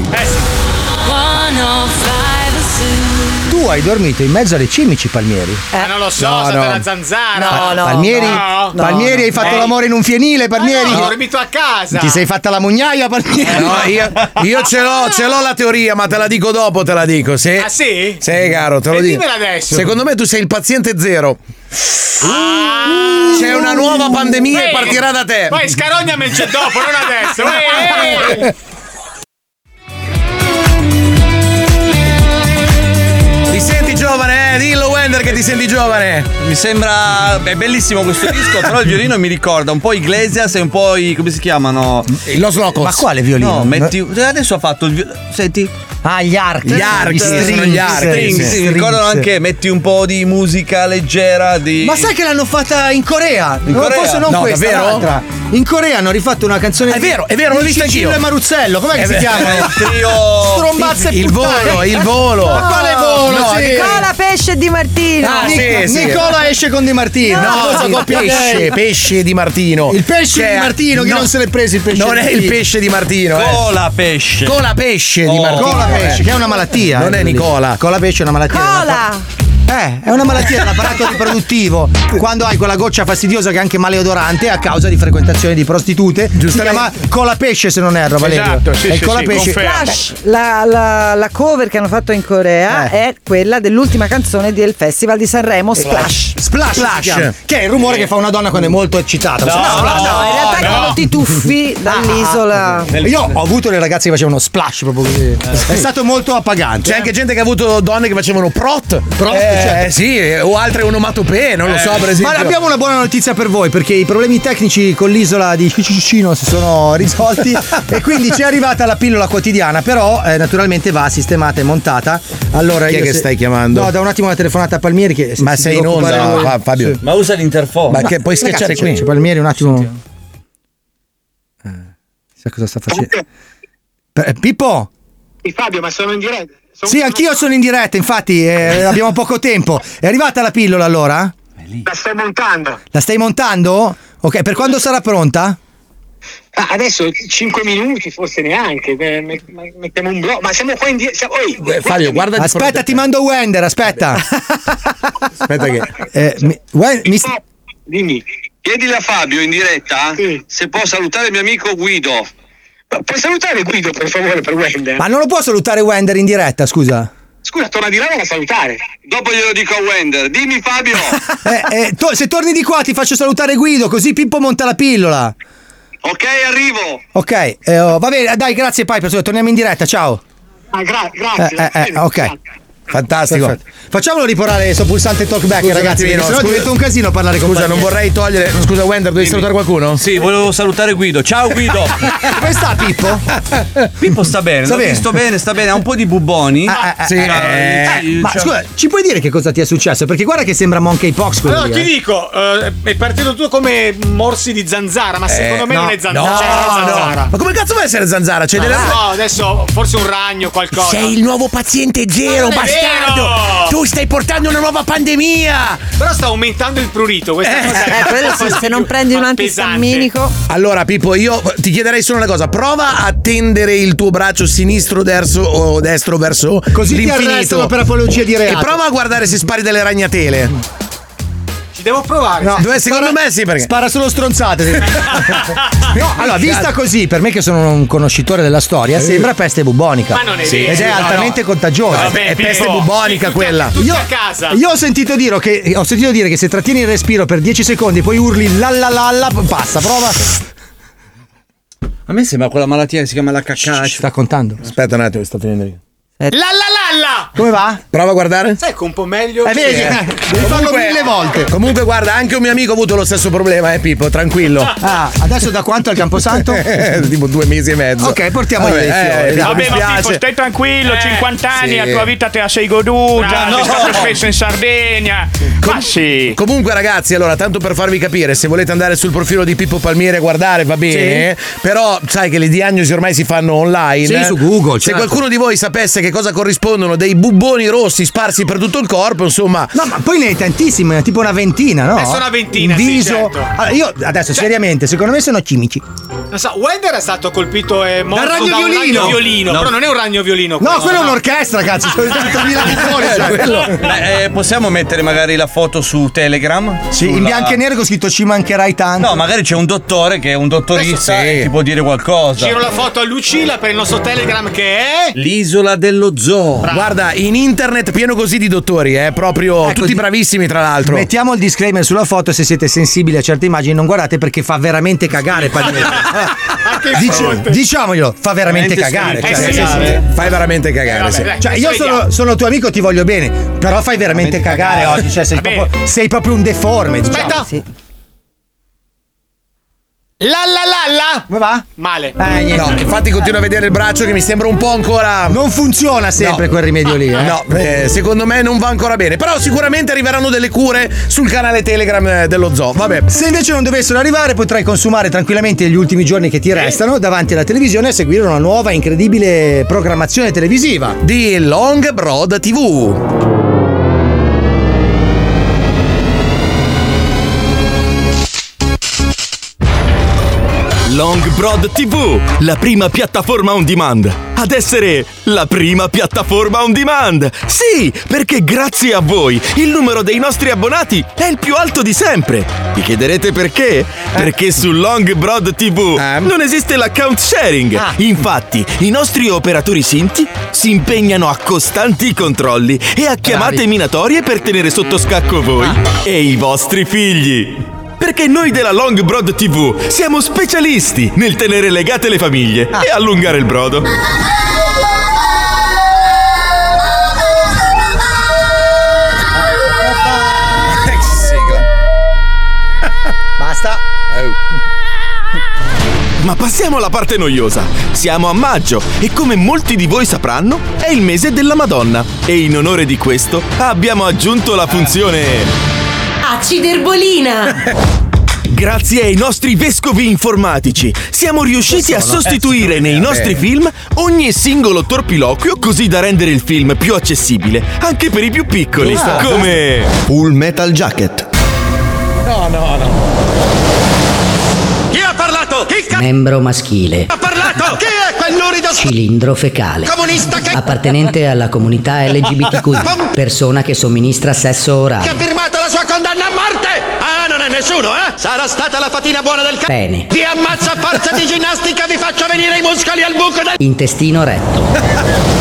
Tu hai dormito in mezzo alle cimici, Palmieri. Ma non lo so, No, è stata no. una zanzara. No, no. Palmieri? No. Palmieri, hai fatto Ehi. l'amore in un fienile, Palmieri? Ma no, ho dormito a casa. Ti sei fatta la mugnaia, Palmieri? No, io, io ce l'ho, ce l'ho la teoria, ma te la dico dopo, te la dico. Se, Ah, sì? Sì, caro, te lo E dico. dimmela adesso. Secondo me tu sei il paziente zero. Ah. C'è una nuova pandemia e Ehi. partirà da te. Poi scarognami il c'è dopo, non adesso. Ehi, ehi. Ti senti giovane, eh? Dillo Wender che ti senti giovane. Mi sembra è bellissimo questo disco, però il violino mi ricorda un po' Iglesias e un po' i come si chiamano? Los Locos. Ma quale violino? No, metti adesso ha fatto il violino. Senti. Ah, gli archi. Gli archi, Gli sono strings, gli archi, Strings, sì. sì, mi ricordano anche metti un po' di musica leggera di Ma sai che l'hanno fatta in Corea? In No, Corea? Forse non No, questa, davvero? l'altra. In Corea hanno rifatto una canzone. È vero, è vero, l'ho di vista Cicillo anch'io. e Maruzzello. Com'è che È si vero. chiama? il trio Strombazze e Il puttane. volo, il volo. Ma quale volo? No, sì. Nicola Pesce Di Martino. Ah, sì, Nic- sì. Nicola esce con Di Martino. No, cosa il coppia pesce, gay? pesce di Martino. Il pesce Cioè, di Martino, chi no, non se l'è preso il pesce Non di è il Martino? pesce di Martino, eh. Cola pesce. Cola pesce di Oh. Martino. Cola pesce, che è una malattia. Non eh, è quello lì. Nicola. Cola pesce è una malattia. Cola. Eh, è una malattia dell'apparato riproduttivo. Quando hai quella goccia fastidiosa che è anche maleodorante a causa di frequentazione di prostitute. Si chiama colapesce, se non erro, Valerio. Esatto, sì, è il sì, colapesce. sì, confermo. Flash, la, la- la cover che hanno fatto in Corea Eh. è quella dell'ultima canzone del Festival di Sanremo, Splash. Splash, Splash. si chiama, che è il rumore che fa una donna quando è molto eccitata. No, no, in realtà no. quando ti tuffi dall'isola. Io ho avuto le ragazze che facevano splash proprio così. È stato molto appagante. C'è anche gente che ha avuto donne che facevano prot. Prot, eh, certo. sì, o altre onomatopee, non lo so, per esempio. Ma abbiamo una buona notizia per voi perché i problemi tecnici con l'isola di Cicicino si sono risolti e quindi ci è arrivata la pillola quotidiana, però eh, naturalmente va sistemata e montata. Allora Chi è io che se- stai chiamando? No, da un attimo una telefonata a Palmieri che Ma si sei deve in onda, occupare lui. Fa- Fabio. Sì. Ma usa l'interfono. Ma che puoi Ragazzi, schiacciare c'è- qui? c'è Palmieri un attimo. Eh, sa cosa sta facendo? Eh, Pippo? Fabio, ma sono in diretta. Sì, anch'io sono in diretta, infatti eh, abbiamo poco tempo. È arrivata la pillola allora? La stai montando. La stai montando? Ok, per quando sarà pronta? Ah, adesso cinque minuti, forse neanche. eh, met- Mettiamo un blocco. Ma siamo qua in diretta. Eh, Fabio, guarda di Aspetta, fronte a ti te. mando Wender, aspetta. Aspetta che Eh, mi, Wen- mi st- Dimmi. Chiedile a Fabio in diretta se può salutare il mio amico Guido. Ma puoi salutare Guido, per favore, per Wender? Ma non lo può salutare Wender in diretta, scusa? Scusa, torna di là e la salutare. Dopo glielo dico a Wender. Dimmi Fabio. Eh, eh, to- se torni di qua ti faccio salutare Guido, così Pippo monta la pillola. Ok, arrivo. Ok, eh, oh, va bene, dai, grazie Piper, torniamo in diretta, ciao. Ah, gra- Eh, grazie. eh, eh, ok. Fantastico. Perfetto. Facciamolo riporare sto pulsante talkback, Scusa un ragazzi, perché attimino, sennò scusa- diventa un casino parlare con Scusa, non vorrei togliere. Scusa, Wender, devi salutare qualcuno? Sì, volevo salutare Guido. Ciao Guido. Come sta Pippo? Pippo sta bene, Sta l'ho bene. visto bene, sta bene, ha un po' di buboni. Ah, eh, Sì, eh, eh, Ma cioè- scusa, ci puoi dire che cosa ti è successo? Perché guarda che sembra monkeypox quello Allora lì, ti eh. dico, eh, è partito tutto come morsi di zanzara, ma secondo me no, non è zanzara. No, cioè, non è no. zanzara. Ma come cazzo vuoi essere zanzara? C'è No, delle. no, adesso forse un ragno, qualcosa. Sei il nuovo paziente zero, Ma non è bastardo! vero! Tu stai portando una nuova pandemia! Però sta aumentando il prurito, questa cosa Eh, quello sì, se non prendi un antistamminico. Allora, Pippo, io ti chiederei solo una cosa: prova a tendere il tuo braccio sinistro verso o destro verso Così ti l'infinito. arrestano per apologia di E reato. prova a guardare se spari delle ragnatele. Ci devo provare. No, Dove secondo me sì, perché. Spara solo stronzate. No, allora, vista così, per me che sono un conoscitore della storia, sembra peste bubonica. Ma non è Sì, vero. Ed è No, altamente no. contagiosa. Vabbè, è peste Pippo, bubonica tutti- quella. Tutti Io, a casa. io ho sentito dire che ho sentito dire che se trattieni il respiro per dieci secondi poi urli la la la la passa, prova. A me sembra quella malattia che si chiama la cacca. Sta contando. Aspetta un attimo, sto finendo io. La la la lalla! Come va? Prova a guardare. Sai che un po' meglio. Eh, vedi? Devi farlo mille volte. Comunque, guarda, anche un mio amico ha avuto lo stesso problema, eh, Pippo, tranquillo. Ah, adesso da quanto al Camposanto? Tipo due mesi e mezzo. Ok, portiamo Vabbè, dei fiori. eh, dai. Vabbè, mi ma spiace. Pippo, stai tranquillo, Eh, cinquanta anni, sì. la tua vita te la sei goduta, No. sei stato spesso in Sardegna. Ma sì. Comunque, ragazzi, allora, tanto per farvi capire, se volete andare sul profilo di Pippo Palmieri a guardare, va bene. Però, sai che le diagnosi ormai si fanno online. Sì, su Google. Se certo. qualcuno di voi sapesse che cosa corrispondono dei bubboni rossi sparsi per tutto il corpo, insomma. No, ma poi ne hai tantissime, tipo una ventina, no? Eh, sono una ventina, In sì, viso. certo. Allora, io adesso, seriamente, secondo me sono chimici. Non so, Wender è stato colpito e morto ragno da un violino. ragno violino. No. Però non è un ragno violino. No, quello è un'orchestra, cazzo. Sono centomila bubboni. Cioè. Quello. Beh, eh, possiamo mettere magari la foto su Telegram? Sì, in Sulla- bianco e nero con scritto ci mancherai tanto. No, magari c'è un dottore che è un dottorista Adesso sì. e ti può dire qualcosa. Giro la foto a Lucilla per il nostro Telegram che è. L'isola dello zoo. Guarda, in internet pieno così di dottori, eh, proprio Ecco, tutti di- bravissimi, tra l'altro. Mettiamo il disclaimer sulla foto, se siete sensibili a certe immagini non guardate perché fa veramente cagare. Palmieri. Dici- diciamoglielo, fa veramente Veramente cagare. sì. Cioè, Eh, sì, sì, sì. sì. Fai veramente cagare, sì. Vabbè, Cioè, dai, io ci sono, vediamo. sono tuo amico, ti voglio bene, però fai veramente cagare oggi. Cioè, sei, Vabbè. proprio, sei proprio un deforme. Diciamo. Aspetta. Sì. Lalla lalla. Come va? Male. Eh, niente. No, infatti continuo a vedere il braccio che mi sembra un po' ancora. Non funziona sempre No. quel rimedio lì. Eh? No, eh, secondo me non va ancora bene. Però sicuramente arriveranno delle cure sul canale Telegram eh, dello zoo. Vabbè. Se invece non dovessero arrivare, potrai consumare tranquillamente gli ultimi giorni che ti restano davanti alla televisione e seguire una nuova incredibile programmazione televisiva di Long Broad tivù. Long Broad tivù, la prima piattaforma on demand. Ad essere la prima piattaforma on demand. Sì, perché grazie a voi il numero dei nostri abbonati è il più alto di sempre. Vi chiederete perché? Perché su Long Broad tivù non esiste l'account sharing. Infatti, i nostri operatori Sinti si impegnano a costanti controlli e a chiamate Bravi. minatorie per tenere sotto scacco voi e i vostri figli. Perché noi della Long Broad tivù siamo specialisti nel tenere legate le famiglie e allungare il brodo. Basta. Ma passiamo alla parte noiosa. Siamo a maggio e come molti di voi sapranno è il mese della Madonna. E in onore di questo abbiamo aggiunto la funzione... Aciderbolina! Grazie ai nostri vescovi informatici siamo riusciti a sostituire nei nostri film ogni singolo torpiloquio così da rendere il film più accessibile anche per i più piccoli, Ah. come Full Metal Jacket. No, no, no. Chi ha parlato? Chi c***o Membro maschile. ha parlato? Chi è quel lurido s***o Cilindro fecale. comunista che Appartenente alla comunità L G B T Q. Persona che somministra sesso che ha orale. firmato la sua condanna a morte? Ah, non è nessuno, eh? Sarà stata la fatina buona del c***o. Pene. Vi ammazzo a forza di ginnastica, vi faccio venire i muscoli al buco del... Intestino retto.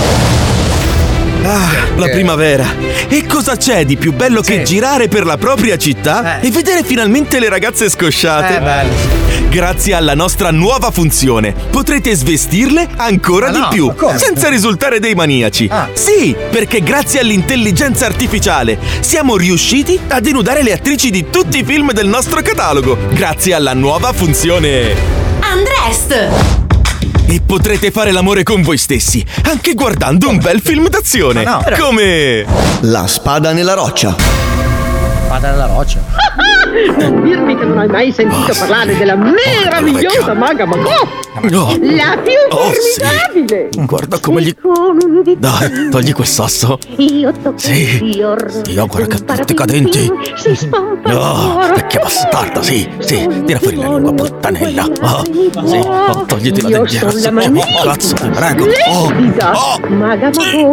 Ah, la primavera. E cosa c'è di più bello che girare per la propria città e vedere finalmente le ragazze scosciate? Eh, bello. Grazie alla nostra nuova funzione potrete svestirle ancora Ah, di no, più, ma come? senza risultare dei maniaci. Ah. Sì, perché grazie all'intelligenza artificiale siamo riusciti a denudare le attrici di tutti i film del nostro catalogo, grazie alla nuova funzione. Undressed! E potrete fare l'amore con voi stessi, anche guardando un bel film d'azione. Ma no. Come... La spada nella roccia. Vada nella roccia. Non dirmi che non hai mai sentito parlare della meravigliosa maga Magò! No. La più Oh, sì. formidabile! Guarda come gli... Dai, togli quel sasso. Io tocco Sì. io Sì, oh, guarda che tutti cadenti. Si spaventa No, vecchia bastarda, sì, sì. Tira fuori la lingua, puttanella. Oh, sì, oh, togliti la Io dentiera. sono la Oh, magnifica, cazzo, ti prego. Oh, splendida oh. maga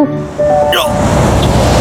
Magò!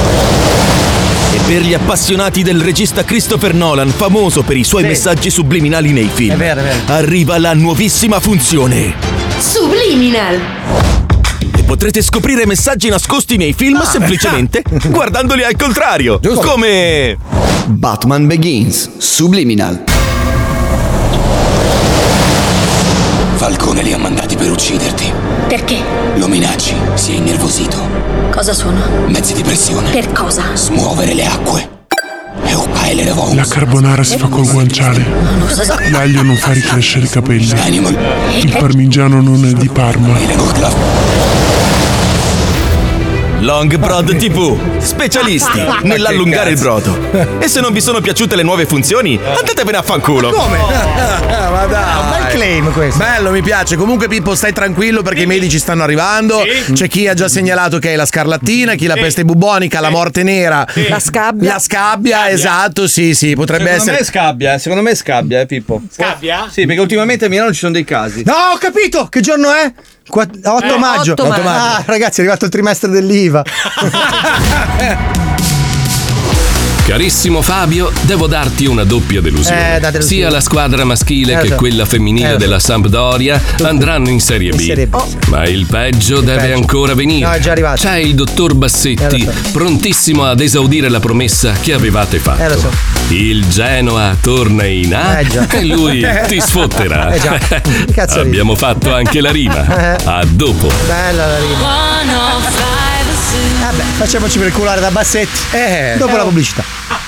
E per gli appassionati del regista Christopher Nolan, famoso per i suoi Sì. messaggi subliminali nei film, È vero, è vero. arriva la nuovissima funzione. Subliminal! E potrete scoprire messaggi nascosti nei film semplicemente guardandoli al contrario. Come... Batman Begins. Subliminal. Falcone li ha mandati per ucciderti. Perché? Lo minacci, si è innervosito. Cosa sono? Mezzi di pressione. Per cosa? Smuovere le acque. E occupare le La carbonara si fa col guanciale. L'aglio non fa ricrescere i capelli. Il parmigiano non è di Parma. Longbroad tivù, specialisti nell'allungare il brodo. E se non vi sono piaciute le nuove funzioni, andatevene a fanculo. Come? Ma dai. Un bel claim questo. Bello, mi piace. Comunque Pippo, stai tranquillo perché i medici stanno arrivando. Sì. C'è chi ha già segnalato che è la scarlattina, chi la peste bubonica, la morte nera. La scabbia. La scabbia, esatto, sì, sì, potrebbe Secondo essere. me è scabbia, eh, secondo me è scabbia, eh, Pippo. Scabbia? Sì, perché ultimamente a Milano ci sono dei casi. No, ho capito! Che giorno è? otto Eh, maggio. otto maggio. Ah, ragazzi, è arrivato il trimestre dell'I V A. Carissimo Fabio, devo darti una doppia delusione. Eh, date Sia la squadra maschile Eh, che so. quella femminile Eh, so. della Sampdoria andranno in Serie B. In Serie B. Oh. Ma il peggio deve peggio. ancora venire. No, è già arrivato. C'è il dottor Bassetti, Eh, lo so. prontissimo ad esaudire la promessa che avevate fatto. Eh, lo so. Il Genoa torna in A Eh, già. e lui ti sfotterà. Eh, già. Che cazzo ridi? Abbiamo fatto anche la rima. Eh. A dopo. Bella la rima. Vabbè, facciamoci perculare da Bassetti. Eh. Dopo la pubblicità.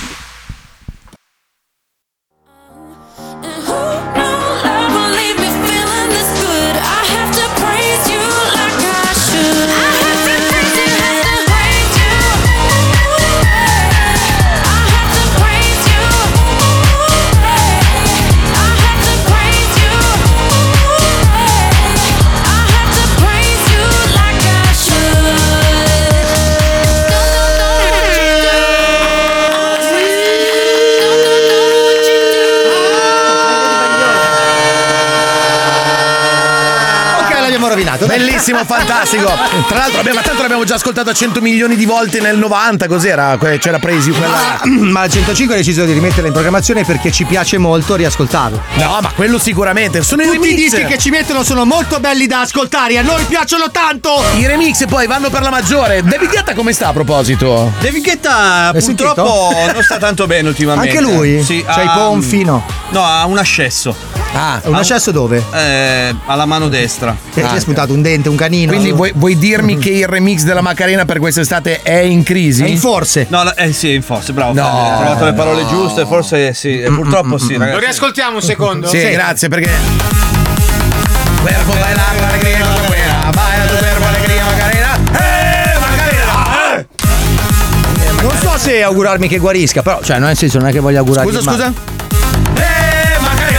Rovinato. Bellissimo, fantastico. Tra l'altro, abbiamo, ma tanto l'abbiamo già ascoltato cento milioni di volte nel novanta. Cos'era? Que- C'era presi quella. Ma il centocinque ha deciso di rimetterla in programmazione perché ci piace molto riascoltarlo. No, ma quello sicuramente. Sono Tutti i remix. i dischi che ci mettono sono molto belli da ascoltare. A noi piacciono tanto. I remix poi vanno per la maggiore. David Guetta come sta a proposito? David Guetta L'hai purtroppo sentito? non sta tanto bene ultimamente. Anche lui? Sì, C'ha i ha- ponfino. No, ha un ascesso. Ah, Un ascesso dove? Eh, alla mano destra. Che ti è spuntato un dente, un canino. Quindi vuoi, vuoi dirmi che il remix della Macarena per quest'estate è in crisi? È in forse. No, la- eh sì, in forse, bravo. No. Hai trovato le parole giuste, forse sì, eh, purtroppo sì, ragazzi. Lo riascoltiamo un secondo? Sì, grazie perché. Cuerpo baila con alegría, Macarena. Baila tu cuerpo alegría, Macarena. Eh, Macarena. Eh. Non so se augurarmi che guarisca, però, cioè, non nel senso, non è che voglio augurarmi. Scusa, il male. scusa. Eh, Macarena.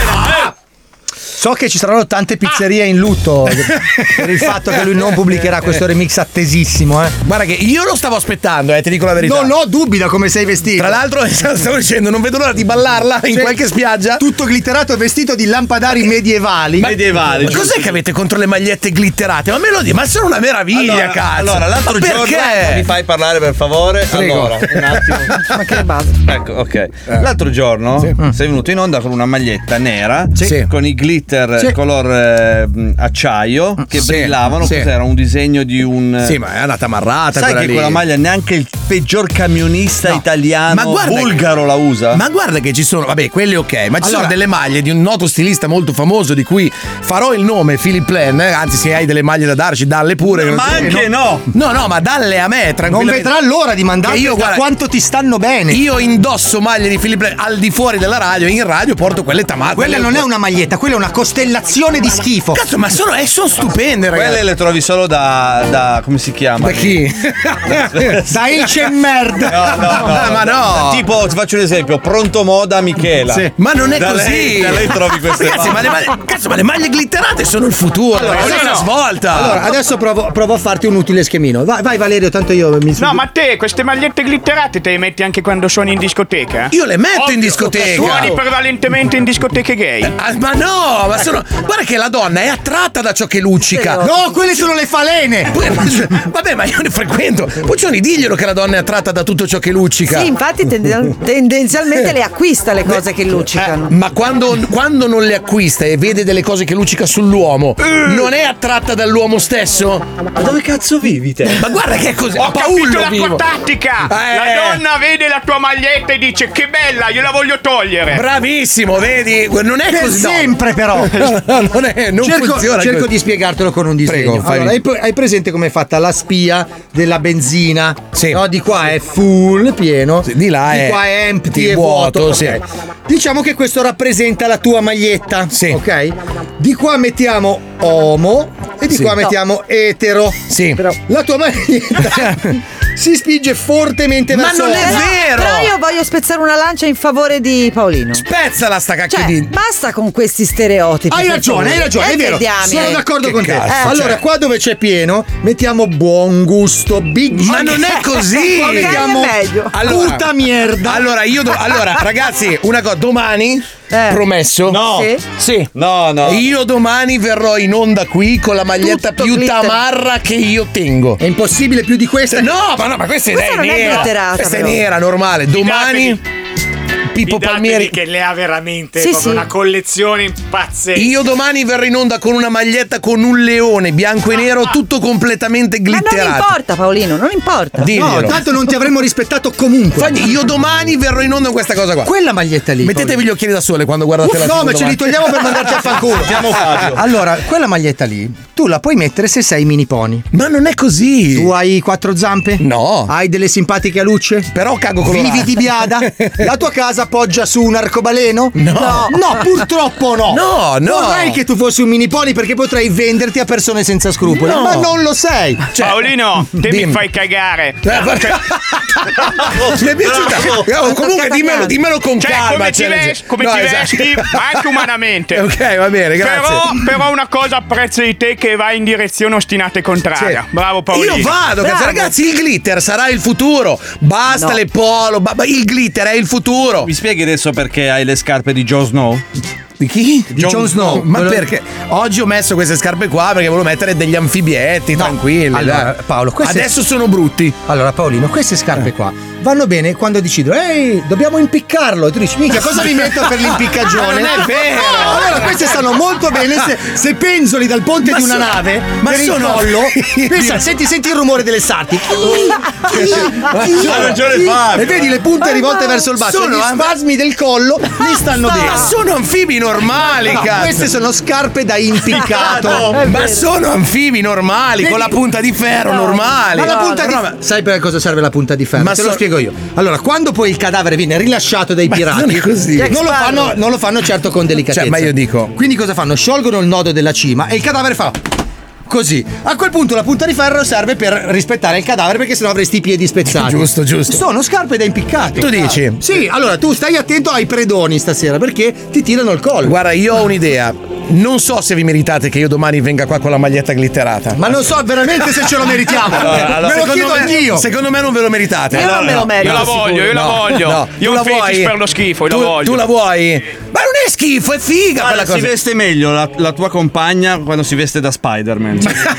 So che ci saranno tante pizzerie in lutto per il fatto che lui non pubblicherà questo remix attesissimo, eh. Guarda che io lo stavo aspettando, eh, ti dico la verità. Non ho dubbi da come sei vestito. Tra l'altro, stavo dicendo, non vedo l'ora di ballarla in Sì. qualche spiaggia. Tutto glitterato e vestito di lampadari medievali. Ma- medievali, Ma giusto. cos'è che avete contro le magliette glitterate? Ma me lo di, ma sono una meraviglia, Allora, cazzo. allora, l'altro Ma giorno perché? mi fai parlare per favore. Prego. Allora, un attimo. Ma che base. Ecco, ok. L'altro giorno sei venuto in onda con una maglietta nera Sì. con i glitter Sì. color eh, acciaio che Sì. brillavano. Sì. Cos'era? Un disegno di un. Sì, ma è andata amarrata Sai quella che lì. quella maglia neanche il peggior camionista No. italiano Ma guarda bulgaro la usa? Ma guarda che ci sono, vabbè, quelle ok, ma ci Allora- sono delle maglie di un noto stilista molto famoso di cui farò il nome, Philip Plain, eh, anzi se hai delle maglie da darci, dalle pure. che non Ma c'è- anche no. No, no, ma dalle a me, Non tranquillamente. vedrà l'ora di mandarti Che io, da guarda, quanto ti stanno bene. Io indosso maglie di Philip Plain al di fuori della radio, in radio porto quelle tamate. Quella non è una maglietta, quella è una costellazione di schifo. Cazzo, ma sono, eh, sono stupende, ragazzi. Quelle le trovi solo da, da come si chiama? Da chi? Da H Merd. No, no, no. Ma no. Tipo, ti faccio un esempio, Pronto Moda Michela. Sì. Ma non è Da così. lei- da lei trovi queste Ragazzi, ma le maglie, cazzo, ma le maglie glitterate sono il futuro. Allora, è una no. svolta. Allora, adesso provo, provo a farti un utile schemino. Vai, vai Valerio, tanto io mi No, ma te queste magliette glitterate te le metti anche quando suoni in discoteca? Io le metto Ovvio. in discoteca. Suoni prevalentemente in discoteche gay? Ah, ma no, ma sono. Guarda che la donna è attratta da ciò che luccica. No, quelle sono le falene. Poi- Vabbè, ma io ne frequento. Puccioni, diglielo che la donna è attratta da tutto ciò che luccica. Sì, infatti tenden- tendenzialmente le acquista le cose che luccicano. Ma quando, quando non le acquista e vede delle cose che luccica sull'uomo, non è attratta dall'uomo stesso? Ma dove cazzo vivi te? Ma guarda che è così. Ho a capito Paullo la vivo. tua tattica! Eh. La donna vede la tua maglietta e dice che bella, io la voglio togliere. Bravissimo, vedi? Non è Per così. no. sempre, però. no, no, non, è, non cerco, funziona cerco così. di spiegartelo con un disegno. Prego, allora, hai, hai presente come è fatta la spia della benzina? Sì. No, di qua è full, pieno. Sì, di là di è, qua è empty, di è vuoto. vuoto. Sì. Okay. Diciamo che questo rappresenta la tua maglietta. Sì. Ok? Di qua mettiamo omo e di Sì. qua mettiamo etero. Sì. Però la tua maglietta si spinge fortemente Ma verso non è ovest. vero! Però io voglio spezzare una lancia in favore di Paolino. Spezzala sta cacchio Cioè, di. basta con questi stereotipi. Hai per ragione, favore. hai ragione, Eh, è vero. che diamine. Sono d'accordo Che con te. cazzo, allora, cioè. qua dove c'è pieno, mettiamo buon gusto, big. Ma non è così! Qua mettiamo è meglio. Allora, puta merda. Allora, io do- allora, ragazzi, una cosa, domani Eh. promesso? No. Sì. Sì. No, no. Io domani verrò in onda qui con la maglietta Tutto più glitter. tamarra che io tengo. È impossibile più di questa. No, ma no, ma questa, Questa è non è nera. glitterata, Questa però. è nera, normale. Domani Pippo Palmieri che le ha veramente Sì, proprio sì. una collezione pazzesca. Io domani verrò in onda con una maglietta con un leone bianco e nero, tutto completamente Ma non glitterato. importa, Paolino, non importa. Diglielo. No, tanto non ti avremmo rispettato comunque. Fagli- io domani verrò in onda con questa cosa qua. Quella maglietta lì. Mettetevi gli occhiali da sole quando guardate la Uff, no, tivù ma ce li domani. togliamo per mandarci a fanculo. Mettiamo Fabio. Allora, quella maglietta lì, tu la puoi mettere se sei mini pony. Ma non è così. Tu hai quattro zampe? No. Hai delle simpatiche alucce? Però cago colorato. Vivi di biada? La tua casa poggia su un arcobaleno? No. No, purtroppo no. No, no. Vorrei che tu fossi un mini pony perché potrei venderti a persone senza scrupoli. No. Ma non lo sei. Cioè, Paolino, te dimmi. mi fai cagare. Mi è piaciuta. Oh, comunque dimmelo, dimmelo con Cioè, calma. come ti, cioè, vesti, come no, ti esatto. vesti, ma anche umanamente. Ok, va bene, grazie. Però, però una cosa apprezzo di te che vai in direzione ostinata e contraria. Sì. Bravo Paolino. Io vado, cazzo, Bravo. ragazzi, il glitter sarà il futuro. Basta No. le polo, ba- ba- il glitter è il futuro. Mi spieghi adesso perché hai le scarpe di Jon Snow? Di chi? Di Jon Snow. Ma Quello- perché? Oggi ho messo queste scarpe qua perché volevo mettere degli anfibietti, tranquilli. Allora, dai. Paolo, queste- adesso sono brutti. Allora, Paolino, queste scarpe qua vanno bene quando decido, ehi, dobbiamo impiccarlo. E tu dici, minchia, cosa mi metto per l'impiccagione? Ma non è vero. No, allora, queste stanno molto bene se, se penzoli dal ponte Ma di una sono- nave ma per sono- il collo. Pensa, senti, senti il rumore delle sarti. Ha ragione Fabio. E vedi le punte rivolte verso il basso. Sono Gli am- spasmi del collo li stanno bene. Ma sono anfibi normali, No, cazzo. queste sono scarpe da impiccato. Ma sono anfibi normali, con la punta di ferro normali. Ma la punta No, di no, ma- sai per cosa serve la punta di ferro? Ma Te lo so- spiego io. Allora, quando poi il cadavere viene rilasciato dai Ma pirati, non è così. non lo fanno, non lo fanno certo con delicatezza. Cioè, ma io dico- Quindi cosa fanno? Sciolgono il nodo della cima e il cadavere fa così. A quel punto la punta di ferro serve per rispettare il cadavere perché sennò avresti i piedi spezzati. Giusto, giusto. Sono scarpe da impiccato. Tu dici? Sì, allora tu stai attento ai predoni stasera perché ti tirano il collo. Guarda, io ho un'idea. Non so se vi meritate che io domani venga qua con la maglietta glitterata. Ma non so veramente se ce lo meritiamo. Allora, allora, me lo secondo chiedo me- anch'io. Secondo me non ve lo meritate. Io non me lo merito. Io la voglio, io la No, voglio. no, Io tu ho la un fetish vuoi? per lo schifo, io tu, la voglio. Tu la vuoi? Ma non è schifo, è figa Guarda, quella si cosa. veste meglio la, la tua compagna quando si veste da Spider-Man.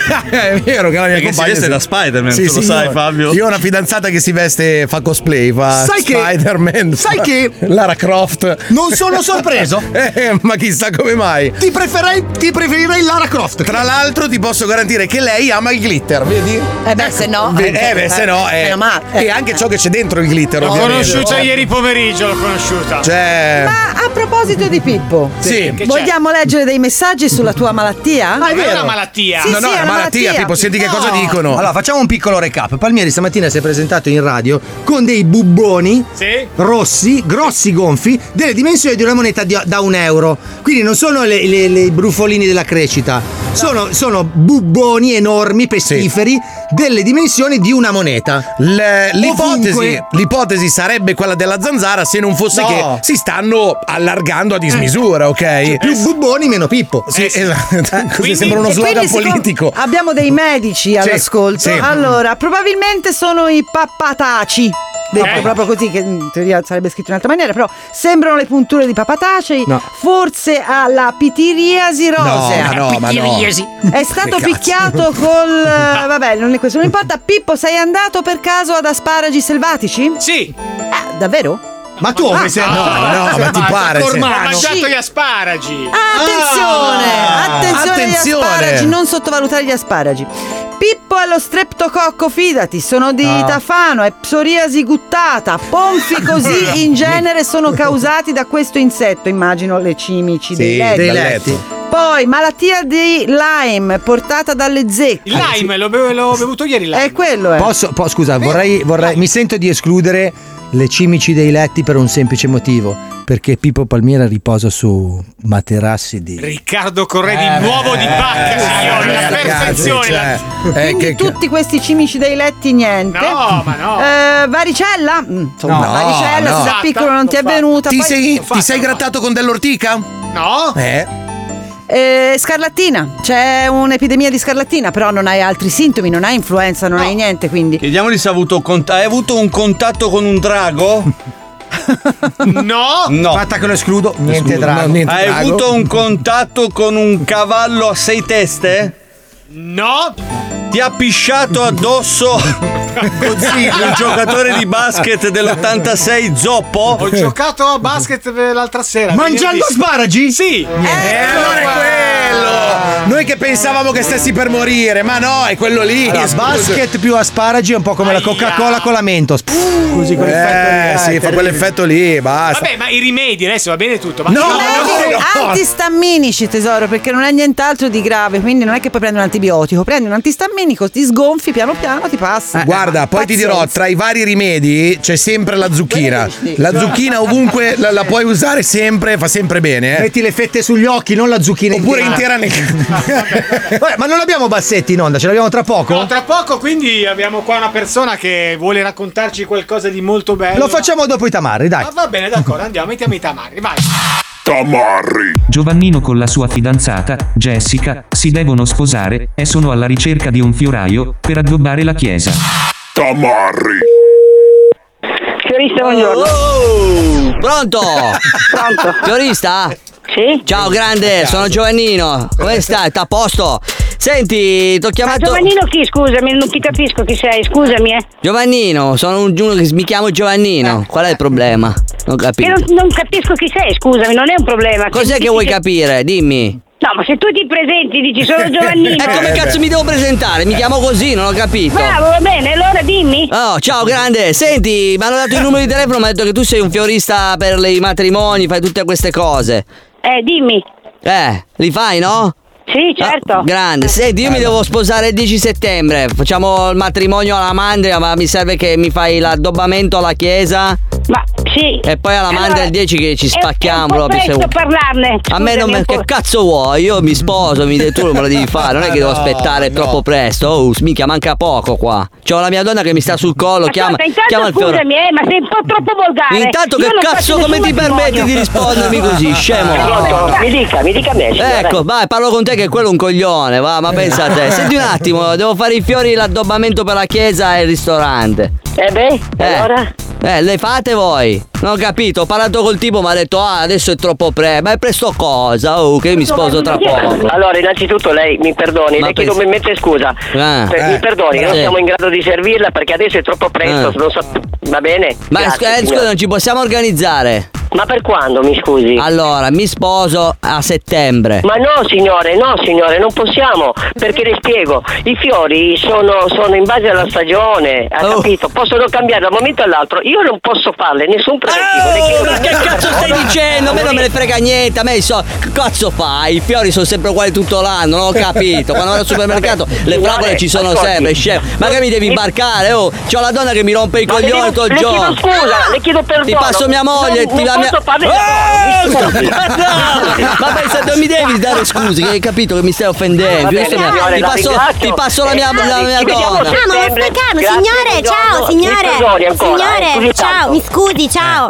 È vero che la mia Perché si compagna veste da Spider-Man, Sì, tu lo signore. sai, Fabio? Io ho una fidanzata che si veste, fa cosplay, fa Sai che- Spider-Man. sai fa che- Lara Croft. Non sono sorpreso. Eh, ma chissà come mai. Ti preferirei, ti preferirei Lara Croft. Tra l'altro ti posso garantire che lei ama il glitter, vedi? Eh beh, se no. Eh, eh, beh, se no, eh, meno male. e anche ciò che c'è dentro il glitter, L'ho ovviamente. conosciuta ieri pomeriggio, l'ho conosciuta. Cioè, Ma a proposito di Pippo, sì. Che c'è? vogliamo leggere dei messaggi sulla tua malattia? Ah, è Non è vero. una malattia. Sì, no, no, sì, è una malattia, Pippo, senti che cosa dicono. Allora, facciamo un piccolo recap. Palmieri stamattina si è presentato in radio con dei bubboni Sì? rossi, grossi, gonfi, delle dimensioni di una moneta di- da un euro. Quindi non sono le, le- le brufolini della crescita, sono, sono bubboni enormi, pestiferi, delle dimensioni di una moneta. Le- l'ipotesi, Ovunque. l'ipotesi sarebbe quella della zanzara se non fosse No. che si stanno allargando a dismisura, ok? Più bubboni, meno Pippo. Sì, esatto. Così quindi- sembra uno E slogan quindi, siccome politico. abbiamo dei medici all'ascolto. sì. Allora, probabilmente sono i pappataci. Detto Ok. proprio così, che in teoria sarebbe scritto in un'altra maniera, però sembrano le punture di papatacei. No. Forse ha la pitiriasi rosea. No, no, ma no. È stato Che cazzo? picchiato col. eh, Vabbè, non è questo, non importa. Pippo, sei andato per caso ad asparagi selvatici? Sì. Eh, davvero? Ma tu Ah, come sei? no, no, ma ti pare, sì. Ho Cormano. mangiato Sì. gli asparagi. Attenzione! Ah, attenzione agli attenzione. asparagi, non sottovalutare gli asparagi. Pippo allo streptococco, fidati, sono di Ah. Tafano, è psoriasi guttata. Ponfi così in genere sono causati da questo insetto, immagino le cimici dei Sì, letti. dei dal letti. letto. Poi malattia di Lyme portata dalle zecche. Il Lyme, l'ho, be- l'ho bevuto ieri. Lyme. È quello, è. Posso, po- scusa, vorrei, vorrei, mi sento di escludere le cimici dei letti per un semplice motivo, perché Pippo Palmiera riposa su materassi di Riccardo Corredi, eh, nuovo di Bacca, signore, la perfezione. Cioè, Quindi che- tutti questi cimici dei letti niente. No, ma no. Eh, varicella? Mm, insomma, No, varicella, no. se da piccolo non ti è venuta. Ti poi- sei, ti sei grattato con dell'ortica? No. Eh. Eh, scarlattina, c'è un'epidemia di scarlattina, però non hai altri sintomi, non hai influenza, non hai niente, quindi. Chiediamogli se ha avuto cont- hai avuto un contatto con un drago? No. No. Fatta che lo escludo, niente Escludo, drago. no, niente Hai drago. avuto un contatto con un cavallo a sei teste? No. Ti ha pisciato addosso il giocatore di basket dell'ottantasei Zoppo? Ho giocato a basket l'altra sera. Mangiando asparagi? Sì. E allora è quello! Noi che pensavamo che stessi per morire, ma no, è quello lì. Allora, Scusa. basket più asparagi è un po' come la Coca-Cola con la Mentos. Pff, così con Eh, sì, fa quell'effetto lì, basta. Vabbè, ma i rimedi adesso va bene tutto. Ma No, Rimedi antistamminici, tesoro, perché non è nient'altro di grave, quindi non è che puoi prendere un antibiotico, prendi un antistamminico, ti sgonfi piano piano, ti passa. Guarda, poi ti dirò, tra i vari rimedi c'è sempre la zucchina. La zucchina ovunque la, la puoi usare sempre, fa sempre bene. Eh. Metti le fette sugli occhi, non la zucchina Oppure intera. intera nel... Vabbè, ma non abbiamo Bassetti in onda, ce l'abbiamo tra poco? No, tra poco, quindi abbiamo qua una persona che vuole raccontarci qualcosa di molto bello. Lo facciamo dopo i tamari, dai. Ah, va bene, d'accordo, andiamo, mettiamo i tamari, vai. Tamarri. Giovannino con la sua fidanzata, Jessica, si devono sposare e sono alla ricerca di un fioraio per addobbare la chiesa. Tamarri. Fiorista, buongiorno. Oh, pronto? Pronto? Fiorista? Sì? Ciao grande, sono Giovannino. Come stai? T'ha a posto? Senti, ti ho Ma chiamato. Giovannino chi, scusami, non ti capisco chi sei, scusami, eh. Giovannino, sono un- uno che mi chiamo Giovannino. Qual è il problema? Non Io capito. non, non capisco chi sei, scusami, non è un problema. Cos'è che vuoi capire? Dimmi. No, ma se tu ti presenti dici sono Giovannino. E come cazzo mi devo presentare? Mi chiamo così, non ho capito. Bravo, va bene, allora dimmi. Oh, ciao grande, senti, mi hanno dato il numero di telefono, mi hanno detto che tu sei un fiorista per i matrimoni, fai tutte queste cose. Eh, dimmi. Eh, li fai, no? Sì, certo. Ah, grande, senti, io mi devo sposare il dieci settembre. Facciamo il matrimonio alla mandria, ma mi serve che mi fai l'addobbamento alla chiesa. Ma sì. E poi alla mandria Allora, il dieci che ci è- spacchiamo è un po' proprio. presto parlarne. A me non Scusami, me, un po'. che cazzo vuoi? Io mi sposo, mi tu me lo devi fare, non è che devo No, aspettare no. troppo presto. Oh, minchia, manca poco qua. C'ho la mia donna che mi sta sul collo, chiama, Ascolta, intanto chiama il fiore. scusami, eh, ma sei un po' troppo volgare. Intanto Io che non cazzo faccio come nessun ti permetti matrimonio. di rispondermi così, scemo? Pronto? Mi dica, mi dica a me, signore. Ecco, vai, parlo con te che quello è un coglione, va, ma pensa a te. Senti un attimo, devo fare i fiori, l'addobbamento per la chiesa e il ristorante. Eh beh, Eh, allora? eh, le fate voi? Non ho capito, ho parlato col tipo, mi ha detto, ah, adesso è troppo presto. Ma è presto cosa? Oh, che io mi sposo tra poco. Allora, innanzitutto lei mi perdoni, Ma le chiedo pensi- umilmente scusa. Ah. Per- mi Eh. perdoni, non Sì. siamo in grado di servirla perché adesso è troppo presto, Ah. non so. Va bene? Ma Grazie, scusa, eh, signore. scusa, non ci possiamo organizzare? Ma per quando, mi scusi? Allora, mi sposo a settembre. Ma no signore, no signore, non possiamo, perché le spiego, i fiori sono, sono in base alla stagione, ha Oh. capito? Possono cambiare da un momento all'altro, io non posso farle nessun preventivo. le chiedo- Oh, ma che cazzo stai dicendo? A me non me ne frega niente, a me so. Che cazzo fai? I fiori sono sempre uguali tutto l'anno, non ho capito. Quando vado al supermercato le Signore, fragole ci sono ascolti. sempre, scemo. Ma che mi devi imbarcare? Oh, c'ho la donna che mi rompe i Ma le coglioni devo- tutto il le chiedo giorno. scusa, le chiedo perdono. Ti passo mia moglie, Non- ti non la mia. posso farle- Oh, mi scusi. ma no! Ma pensa, non mi devi dare scuse, che hai capito che mi stai offendendo. Va bene, Giusto? signore, ti, la passo, ringrazio. ti passo la mia, Eh, la mia ci vediamo donna. a settembre. Ah, ma non sprecarlo, Grazie, signore, buongiorno. ciao, Mi signore. perdoni ancora, signore, eh, scusi ciao, tanto. mi scusi, ciao.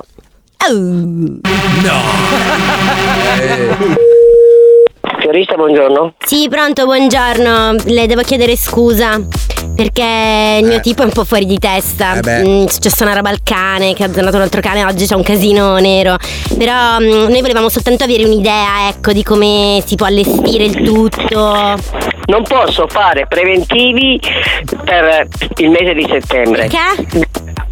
Fiorista, buongiorno. Sì, pronto, buongiorno. Le devo chiedere scusa. Perché il mio tipo è un po' fuori di testa. Eh beh. Mm, è successa una roba al cane, che ha donato un altro cane, oggi c'è un casino nero. Però mm, noi volevamo soltanto avere un'idea, ecco, di come si può allestire il tutto. Non posso fare preventivi per il mese di settembre. Perché?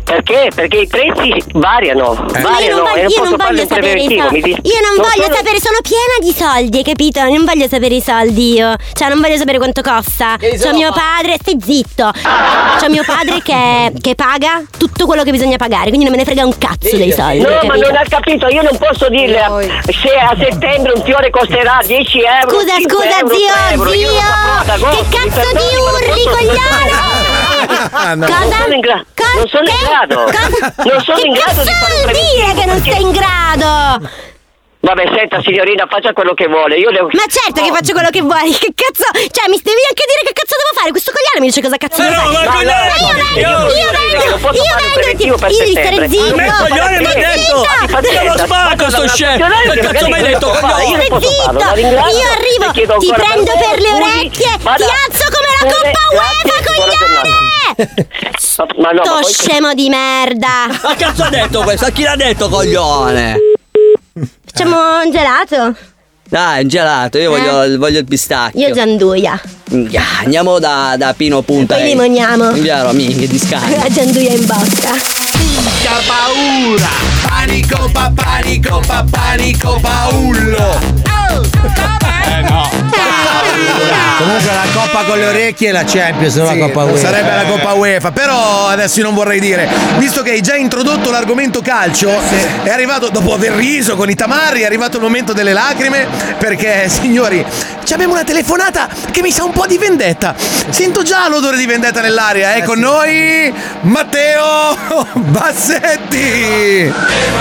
Perché? Perché i prezzi variano, Eh. variano Io non voglio, e non io posso non fare voglio un sapere i preventivo. Mi soldi. dis- Io non, non voglio sono- sapere, sono piena di soldi, hai capito? Non voglio sapere i soldi io. Cioè, non voglio sapere quanto costa. C'ho mio padre, stai zitto. C'ho mio padre che, che paga tutto quello che bisogna pagare, quindi non me ne frega un cazzo dei soldi. No, hai ma capito? non ha capito, io non posso dirle a- se a settembre un fiore costerà dieci euro. Scusa, cinque scusa, euro, zio, tre euro. Io zio! lo saprò ad agosto, Che mi cazzo perdoni, di ma non urli, posso- coglione? Ah, no. Cosa? Non sono in, gra- non sono in grado. Non sono che in grado di cazzo fare un vuol preventivo. dire che non sei in grado? Vabbè, senta signorina, faccia quello che vuole. Io le... Ma certo che faccio quello che vuoi. Che cazzo? Cioè, mi devi anche dire che cazzo devo fare. Questo coglione mi dice cosa cazzo Eh devo no, fare. ma coglione, io io- vengo, io io vengo, non posso io fare un vengo. preventivo per Io devi stare settembre. zitto. A me il coglione mi ha Stai detto, zitto. abbi pazienza. Io lo spacco sto Ma chef. cosa- Che cazzo mi hai detto, Io coglione? non posso Stai farlo, la zitto. ringrazio, Io arrivo, le chiedo ti ancora prendo perdono, per le scusi, orecchie, vada. ti alzo come la Scusi, Coppa UEFA, grazie, buona giornata. coglione. Ma no, ma Sto poi- scemo di merda. Ma cazzo ha detto questo? A chi l'ha detto, coglione? Facciamo un gelato? Dai, un gelato, io voglio, voglio il pistacchio. Io Gianduia. Minchia, andiamo da, da Pino Punta. Poi eh. limoniamo. Chiaro, minchia, di scala. La Gianduia in bocca. Minchia paura! Panico, pa, panico, pa, panico, paullo! Eh no. Comunque la coppa con le orecchie è la Champions, non Sì, la Coppa UEFA. sarebbe la Coppa UEFA, però adesso io non vorrei dire, visto che hai già introdotto l'argomento calcio, è arrivato, dopo aver riso con i tamarri, è arrivato il momento delle lacrime, perché signori, ci abbiamo una telefonata che mi sa un po' di vendetta. Sento già l'odore di vendetta nell'aria, è con noi Matteo Bassetti.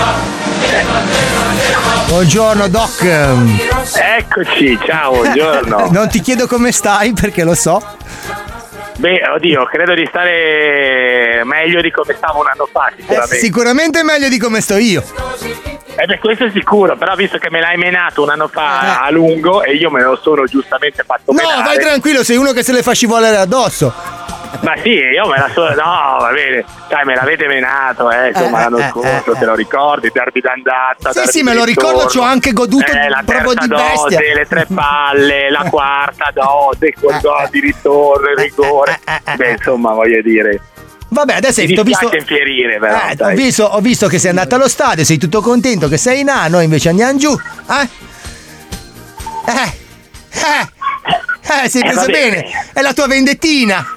Buongiorno Doc. Eccoci, ciao, buongiorno. Non ti chiedo come stai perché lo so. Beh, oddio, credo di stare meglio di come stavo un anno fa, sicuramente. Sicuramente meglio di come sto io. Eh beh, questo è sicuro, però visto che me l'hai menato un anno fa a lungo e io me lo sono giustamente fatto No, menare. vai tranquillo, sei uno che se le fa scivolare addosso. Ma sì, io me la so... No, va bene, dai, me l'avete menato, eh, insomma, Eh, l'anno eh, scorso, eh, te lo ricordi, derby d'andata, Sì, derby sì, me lo di ricordo, ritorno. ci ho anche goduto eh, la proprio terza di dose, bestia. le tre palle, la quarta dose, col gol di ritorno, il rigore. Beh, insomma, voglio dire... Vabbè, adesso Mi hai ho visto. dispiace infierire, però, Eh, ho, dai. visto, ho visto che sei andato allo stadio, sei tutto contento che sei in A, noi invece andiamo giù. Eh? Eh? Eh? Eh, sei Eh, preso va bene. bene. È la tua vendettina.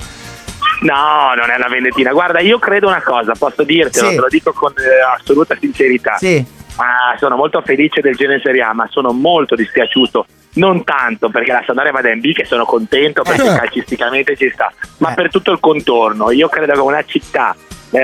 No, non è una vendettina. Guarda, io credo una cosa, posso dirtelo, Sì. te lo dico con eh, assoluta sincerità. Sì. Ah, sono molto felice del Genoa in Serie A, ma sono molto dispiaciuto. Non tanto perché la Sampdoria vada in B, che sono contento perché Eh. calcisticamente ci sta, ma per tutto il contorno. Io credo che una città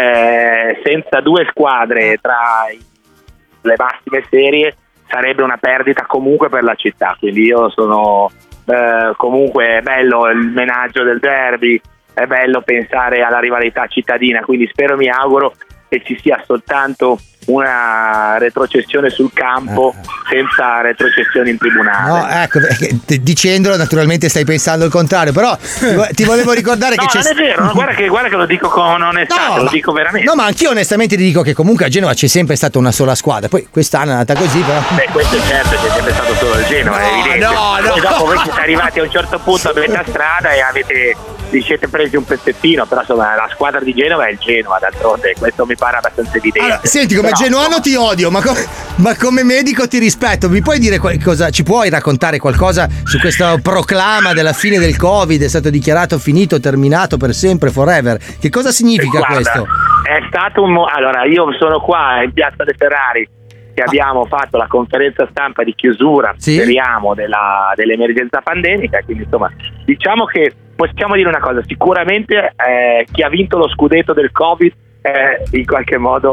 eh, senza due squadre tra i- le massime serie sarebbe una perdita comunque per la città. Quindi io sono eh, comunque è bello il menaggio del derby, è bello pensare alla rivalità cittadina, quindi spero, mi auguro che ci sia soltanto una retrocessione sul campo senza retrocessioni in tribunale. No, ecco, perché t- dicendolo naturalmente stai pensando il contrario, però ti vo- ti volevo ricordare No, che c'è. non è vero, no, guarda, che, guarda che lo dico con onestà, No, te lo ma- dico veramente. No, ma anch'io onestamente ti dico che comunque a Genova c'è sempre stata una sola squadra. Poi quest'anno è andata così, però. Beh, questo è certo, c'è sempre stato solo il Genova, No, è evidente. no, no. E dopo voi siete arrivati a un certo punto a metà strada e avete, vi siete presi un pezzettino, però insomma la squadra di Genova è il Genova, d'altronde, questo mi pare abbastanza evidente. Allora, senti, come Però, genuano ti odio, ma, co- ma come medico ti rispetto. Mi puoi dire qualcosa? Ci puoi raccontare qualcosa su questo proclama della fine del Covid? È stato dichiarato finito, terminato per sempre, forever. Che cosa significa Guarda, questo? È stato un mo- allora io sono qua in Piazza dei Ferrari che abbiamo fatto la conferenza stampa di chiusura, Sì? speriamo, della, dell'emergenza pandemica, quindi insomma diciamo che possiamo dire una cosa, sicuramente eh, chi ha vinto lo scudetto del Covid è in qualche modo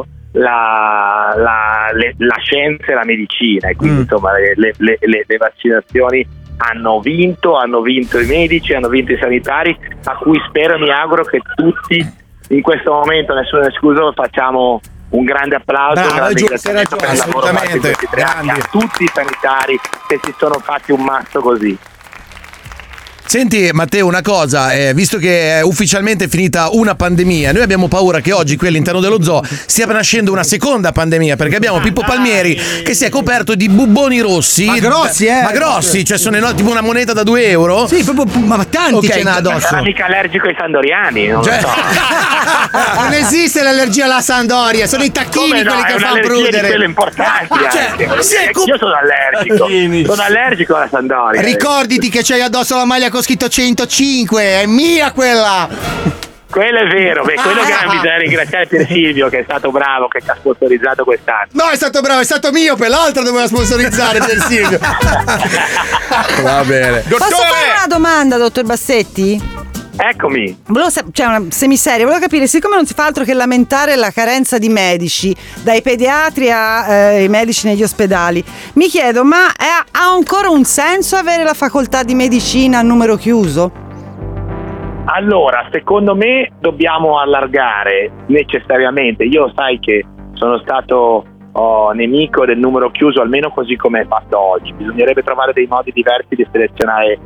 la, la, le- la scienza e la medicina, e quindi Mm. insomma le, le- le- le- le vaccinazioni hanno vinto, hanno vinto i medici, hanno vinto i sanitari, a cui spero e mi auguro che tutti in questo momento, nessuno escluso, facciamo un grande applauso, Bravo, un grande giusto, ringraziamento hai per il ragione, lavoro fatto in assolutamente, questi tre anni, a tutti i sanitari che si sono fatti un mazzo così. Senti Matteo, una cosa, eh, visto che è ufficialmente finita una pandemia, noi abbiamo paura che oggi qui all'interno dello zoo stia nascendo una seconda pandemia, perché abbiamo Pippo Palmieri che si è coperto di bubboni rossi. Ma grossi, eh? Ma grossi, cioè sono no, tipo una moneta da due euro. Sì, proprio, ma tanti okay. ce n'ha addosso. Sarà mica allergico ai sandoriani, non Cioè- lo so. Non esiste l'allergia alla Sandoria, sono i tacchini Come no, quelli è che fanno un'allergia di prudere. quelle importanti Cioè, anche. si è co- Io sono allergico. Sono allergico alla Sandoria. Ricorditi che c'hai addosso la maglia con scritto centocinque, è mia quella! Quello è vero, beh, quello che bisogna ringraziare per Silvio che è stato bravo, che ci ha sponsorizzato quest'anno. No, è stato bravo, è stato mio, per l'altro doveva sponsorizzare per Silvio. Va bene. Posso fare una domanda, dottor Bassetti? Eccomi. Volevo sa- cioè una semiseria, volevo capire, siccome non si fa altro che lamentare la carenza di medici, dai pediatri ai eh, medici negli ospedali, mi chiedo, ma è, ha ancora un senso avere la facoltà di medicina a numero chiuso? Allora, secondo me dobbiamo allargare necessariamente. Io sai che sono stato oh, nemico del numero chiuso, almeno così come è fatto oggi. Bisognerebbe trovare dei modi diversi di selezionare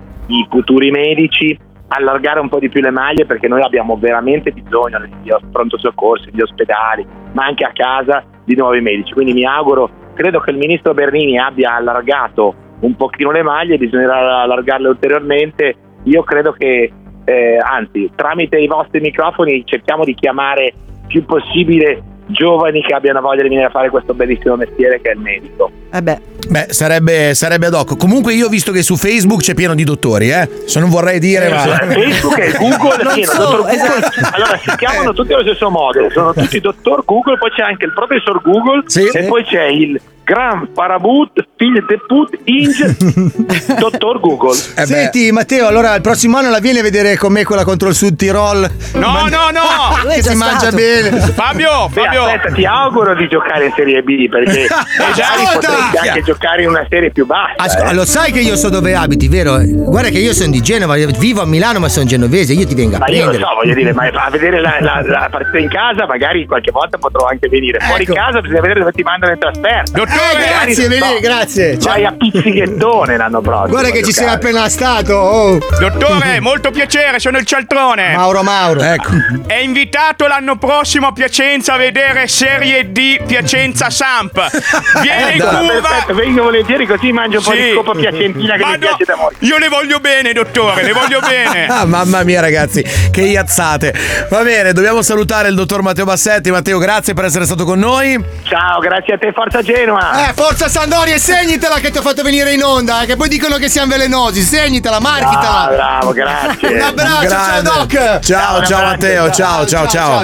i futuri medici, allargare un po' di più le maglie, perché noi abbiamo veramente bisogno negli pronto soccorsi, negli ospedali, ma anche a casa, di nuovi medici. Quindi mi auguro, credo che il ministro Bernini abbia allargato un pochino le maglie, bisognerà allargarle ulteriormente. Io credo che Eh, anzi, tramite i vostri microfoni cerchiamo di chiamare più possibile giovani che abbiano voglia di venire a fare questo bellissimo mestiere che è il medico. Eh beh. Beh, sarebbe, sarebbe ad hoc. Comunque io ho visto che su Facebook c'è pieno di dottori, eh. Se non vorrei dire, ma... Facebook e Google, Non pieno, so, dottor Google. esatto. Allora si chiamano tutti allo stesso modo, sono tutti dottor Google, poi c'è anche il professor Google e poi c'è il Gran Parabut, figlio de put, Inge, dottor Google. Senti Matteo, allora il prossimo anno la vieni a vedere con me quella contro il Sud Tirol? No, Ma- no, no! Che si mangia bene. Fabio, Beh, Fabio. aspetta, ti auguro di giocare in Serie B, perché magari potresti anche giocare in una serie più bassa. Asco- eh. Lo sai che io so dove abiti, vero? Guarda che io sono di Genova, vivo a Milano ma sono genovese, io ti vengo a Ma io prendere. lo so, voglio dire, ma a vedere la, la, la partita in casa magari qualche volta potrò anche venire. Fuori Ecco. casa bisogna vedere dove ti mandano in trasferta. Dottore, Magari, grazie, non vedi, grazie. Vai a Pizzichettone l'anno prossimo. Guarda che a ci sei giocare. appena stato. Oh. Dottore, molto piacere, sono il Cialtrone. Mauro Mauro. Ecco. È invitato l'anno prossimo a Piacenza a vedere Serie D Piacenza Samp. Viene in Allora, curva. perfetto, vengo volentieri così mangio un po' Sì. di scopa piacentina che Ma mi no, piace da morire. io le voglio bene, dottore, le voglio bene. Ah, mamma mia ragazzi, che iazzate. Va bene, dobbiamo salutare il dottor Matteo Bassetti. Matteo, grazie per essere stato con noi. Ciao, grazie a te, forza Genoa. Eh, forza Sandoria, e segnitela che ti ho fatto venire in onda, eh, che poi dicono che siamo velenosi. Segnitela, marchitela. Ah, bravo, grazie. Un abbraccio, ciao Grande. Doc. Ciao, ciao, Ciao, Matteo, ciao, ciao, ciao.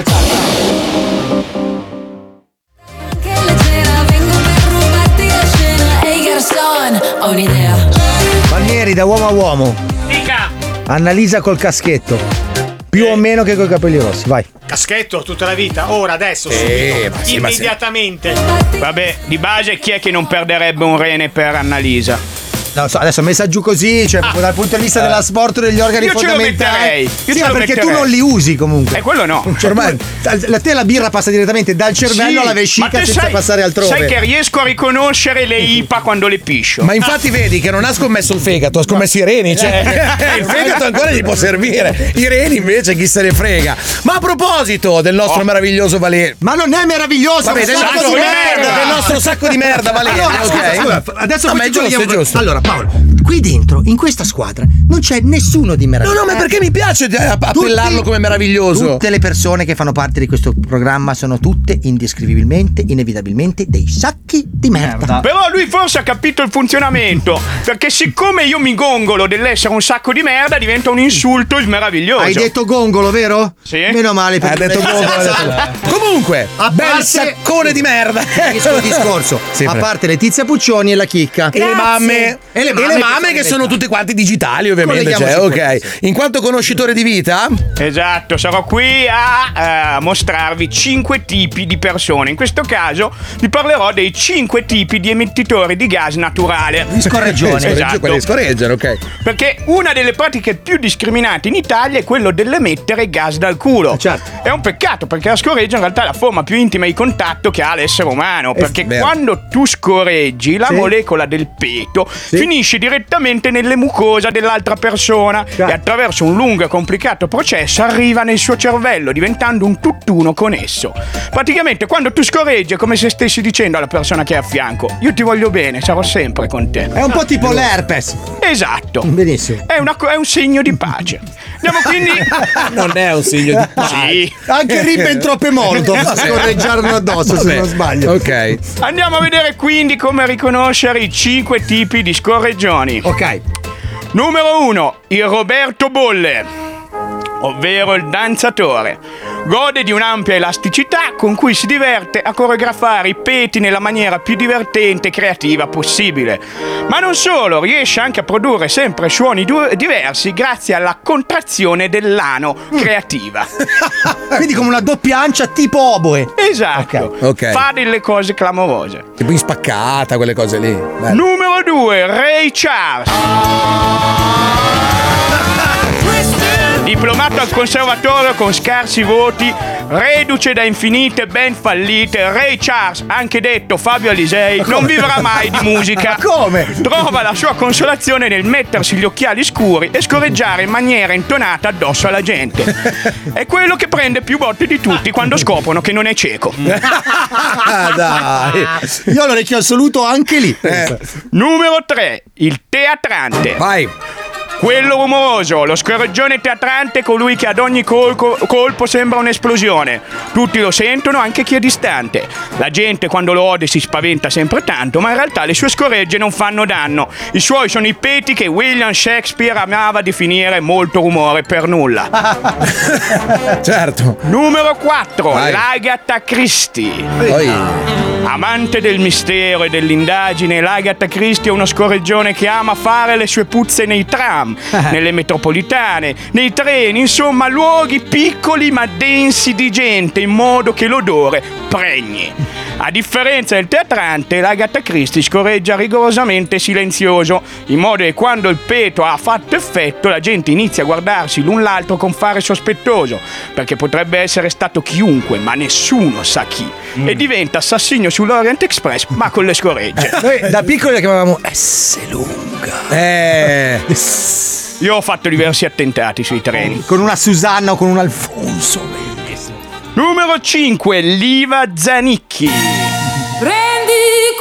Ho un'idea. Palmieri da uomo a uomo. Dica. Annalisa col caschetto. Più o meno che coi capelli rossi, vai. Caschetto tutta la vita, ora, adesso, Sì, subito, ma sì, ma sì. immediatamente. Vabbè, di base chi è che non perderebbe un rene per Annalisa? No, so, adesso messa giù così, cioè Ah. dal punto di vista della sport degli organi Io ce lo fondamentali. metterei, io Sì, ce ma lo perché metterei. tu non li usi comunque. E quello no. Cioè, ormai la te la birra passa direttamente dal cervello alla Sì, vescica ma te senza sai- passare altrove. Sai che riesco a riconoscere le I P A quando le piscio. Ma infatti vedi che non ha scommesso il fegato, ha scommesso i reni. Cioè, il fegato ancora gli può servire. I reni invece chi se ne frega. Ma a proposito del nostro Oh. meraviglioso Valerio. Ma non è meraviglioso, Vabbè, è un del sacco nostro, di merda. del nostro sacco di merda, Valerio. Allora, scusa, ok? scusa, adesso No, ma poi è ci giusto, è togliamo- giusto. Allora, Paolo, qui dentro, in questa squadra, non c'è nessuno di No, meraviglioso. no, ma perché mi piace eh, appellarlo Tutti- come meraviglioso? Tutte le persone che fanno parte di questo programma sono tutte indescrivibilmente, inevitabilmente dei sacchi di merda. Però lui forse ha capito il funzionamento. Perché siccome io mi gongolo dell'essere un sacco di merda, diventa un insulto il meraviglioso. Hai detto gongolo, vero? Sì. Meno male. Ha detto gongolo, ha detto- Comunque, A bel parte- saccone di merda. Finisco il discorso. Sì, a prego. parte Letizia Puccioni e la chicca. E le mamme, E le mamme, che, che sono sono tutte quante digitali, ovviamente. Cioè, Colleghiamoci ok. con questo. In quanto conoscitore di vita, Esatto, sarò qui a eh, mostrarvi cinque tipi di persone. In questo caso vi parlerò dei cinque tipi di emettitori di gas naturale. Scorreggione. Esatto. quelli scorreggiano, ok. Perché una delle pratiche più discriminanti in Italia è quello dell'emettere gas dal culo. Certo. È un peccato perché la scoreggia in realtà è la forma più intima di contatto che ha l'essere umano. Perché vero. quando tu scorreggi la Sì. molecola del peto Sì. finisce direttamente nelle mucosa dell'altra persona e attraverso un lungo e complicato processo arriva nel suo cervello, diventando un tutt'uno con esso. Praticamente quando tu scorreggi è come se stessi dicendo alla persona che è a fianco: io ti voglio bene, sarò sempre con te. È un po' tipo l'herpes. Esatto. Benissimo. È, una, è un segno di pace. Andiamo quindi. Non è un segno di pace. Sì. Anche Ribbentrop è morto. Fa scorreggiarlo addosso. Vabbè. Se non sbaglio. Ok. Andiamo a vedere quindi come riconoscere i cinque tipi di scorreggioni. Ok. Numero uno, il Roberto Bolle, ovvero il danzatore. Gode di un'ampia elasticità con cui si diverte a coreografare i peti nella maniera più divertente e creativa possibile. Ma non solo, riesce anche a produrre sempre suoni du- diversi grazie alla contrazione dell'ano creativa. Quindi come una doppia ancia tipo oboe. Esatto. Ok. Fa delle cose clamorose. Tipo in spaccata, quelle cose lì. Bello. Numero due, Ray Charles. Diplomato al conservatorio con scarsi voti, reduce da infinite band fallite, Ray Charles, anche detto Fabio Alisei, non vivrà mai di musica. Come? Trova la sua consolazione nel mettersi gli occhiali scuri e scorreggiare in maniera intonata addosso alla gente. È quello che prende più botte di tutti quando scoprono che non è cieco. Ah, dai. Io ho l'orecchio assoluto anche lì. Eh. Numero tre, il teatrante. Vai. Quello rumoroso, lo scorreggione teatrante, colui che ad ogni colpo, colpo sembra un'esplosione. Tutti lo sentono, anche chi è distante. La gente quando lo ode si spaventa sempre tanto, ma in realtà le sue scoregge non fanno danno. I suoi sono i peti che William Shakespeare amava definire molto rumore per nulla. Certo. Numero quattro, Vai. l'Agatha Christie. Poi. Amante del mistero e dell'indagine, l'Agatha Christie è uno scorreggione che ama fare le sue puzze nei tram, nelle metropolitane, nei treni, insomma luoghi piccoli ma densi di gente, in modo che l'odore pregni. A differenza del teatrante, l'Agatha Christie scorreggia rigorosamente silenzioso, in modo che quando il peto ha fatto effetto la gente inizia a guardarsi l'un l'altro con fare sospettoso, perché potrebbe essere stato chiunque, ma nessuno sa chi, mm. e diventa assassino sull'Orient Express, ma con le scoregge. Noi da piccoli la chiamavamo S lunga. Eh. Io ho fatto diversi attentati sui treni. Con una Susanna o con un Alfonso. Bellissimo. Numero cinque, Liva Zanicchi. Prendi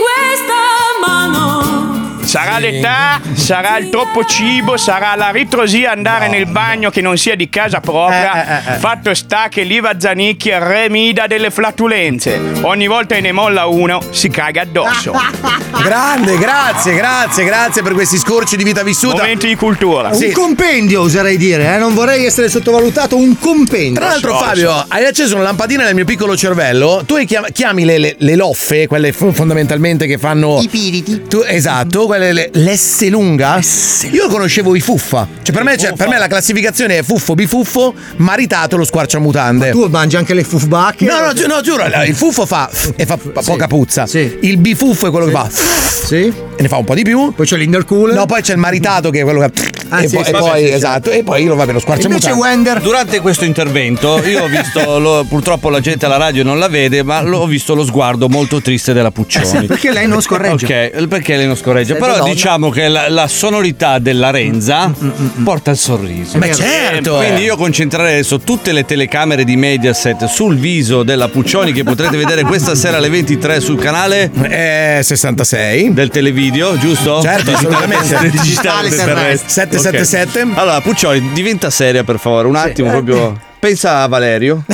questa mano. Sarà l'età, sarà il troppo cibo, sarà la ritrosia andare no. nel bagno che non sia di casa propria. Eh, eh, eh. Fatto sta che Liva Zanicchi è re mida delle flatulenze. Ogni volta che ne molla uno si caga addosso. Grande, grazie, grazie, grazie per questi scorci di vita vissuta. Momenti di cultura. Un Sì. compendio oserei dire, eh? Non vorrei essere sottovalutato, un compendio. Tra l'altro, so, Fabio, so. hai acceso una lampadina nel mio piccolo cervello. Tu chiami, chiami le, le, le loffe, quelle f- fondamentalmente che fanno. I piriti. Tu, esatto, quelle le, l'S lunga. Io conoscevo i fuffa. Cioè, per me, cioè, per me la classificazione è fuffo, bifuffo, maritato lo squarciamutande. Tu mangi anche le fuffbacche? No, no, gi- no, giuro, il fuffo fa f- e fa p- Sì. poca puzza. Sì. Il bifuffo è quello Sì. che fa Sì. e ne fa un po' di più. Poi c'è l'intercooler. No, poi c'è il maritato che è quello che Ah, e sì, poi, sì, e vabbè, poi sì, esatto, e poi lo vabbè lo Invece squarciamutande. Wender. Durante questo intervento io ho visto, lo- purtroppo la gente alla radio non la vede, ma l'ho visto lo sguardo molto triste della Puccioni. Perché lei non scorreggia. Ok, perché lei non scorreggia? Sei Però donna. diciamo che la, la sonorità della Renza porta il sorriso. Ma certo. Quindi io concentrerei adesso tutte le telecamere di Mediaset sul viso della Puccioni che potrete vedere questa sera alle ventitré sul canale Eh, sessantasei del televideo, giusto? Certo, assolutamente. Digitale terrestre. settecentosettantasette. Ok. Allora, Puccioni, diventa seria per favore, un attimo proprio. Pensa a Valerio.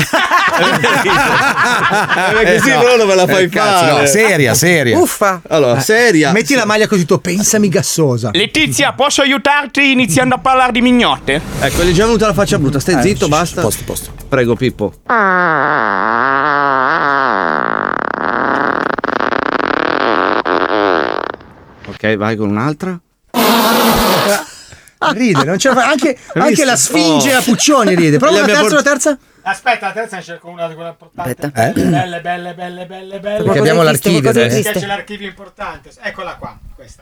Perché sì, però non me la fai Eh, cazzo, fare. no, seria, seria. Uffa. Allora, seria. Metti la maglia così tu, pensami gassosa. Letizia, posso aiutarti iniziando a parlare di mignotte? Ecco, gli è già venuta la faccia brutta. Stai Eh, zitto, sì, basta. Posto, posto. Prego, Pippo. Ok, vai con un'altra. Ride, non ce la fa. Anche, anche la sfinge Oh. a Puccioni ride. Prova Gli la terza, abbiamo la terza. Aspetta, la terza ne cerco una di quelle importanti. Aspetta. Eh? Belle, belle, belle, belle, belle. Perché abbiamo l'archivio. Perché adesso. c'è l'archivio importante. Eccola qua, questa.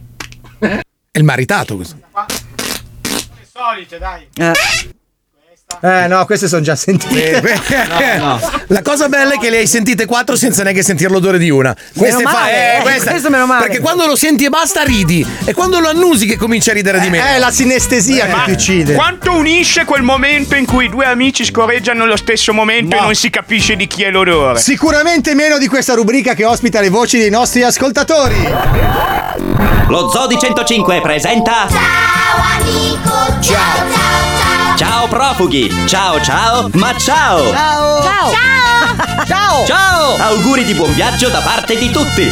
È il maritato questo. Le solite, dai. Eh. Eh no, queste sono già sentite. No, no. La cosa bella è che le hai sentite quattro senza neanche sentire l'odore di una. Queste male, fa, eh, eh, questa, questo meno male. Perché quando lo senti e basta ridi. E quando lo annusi che cominci a ridere di meno. È la sinestesia che ti uccide. Quanto unisce quel momento in cui due amici scorreggiano allo stesso momento No. e non si capisce di chi è l'odore? Sicuramente meno di questa rubrica che ospita le voci dei nostri ascoltatori. Lo Zoo di centocinque presenta. Ciao amico, ciao ciao ciao. Ciao profughi, ciao ciao, ma ciao! Ciao. Ciao. Ciao! Ciao! Auguri di buon viaggio da parte di tutti!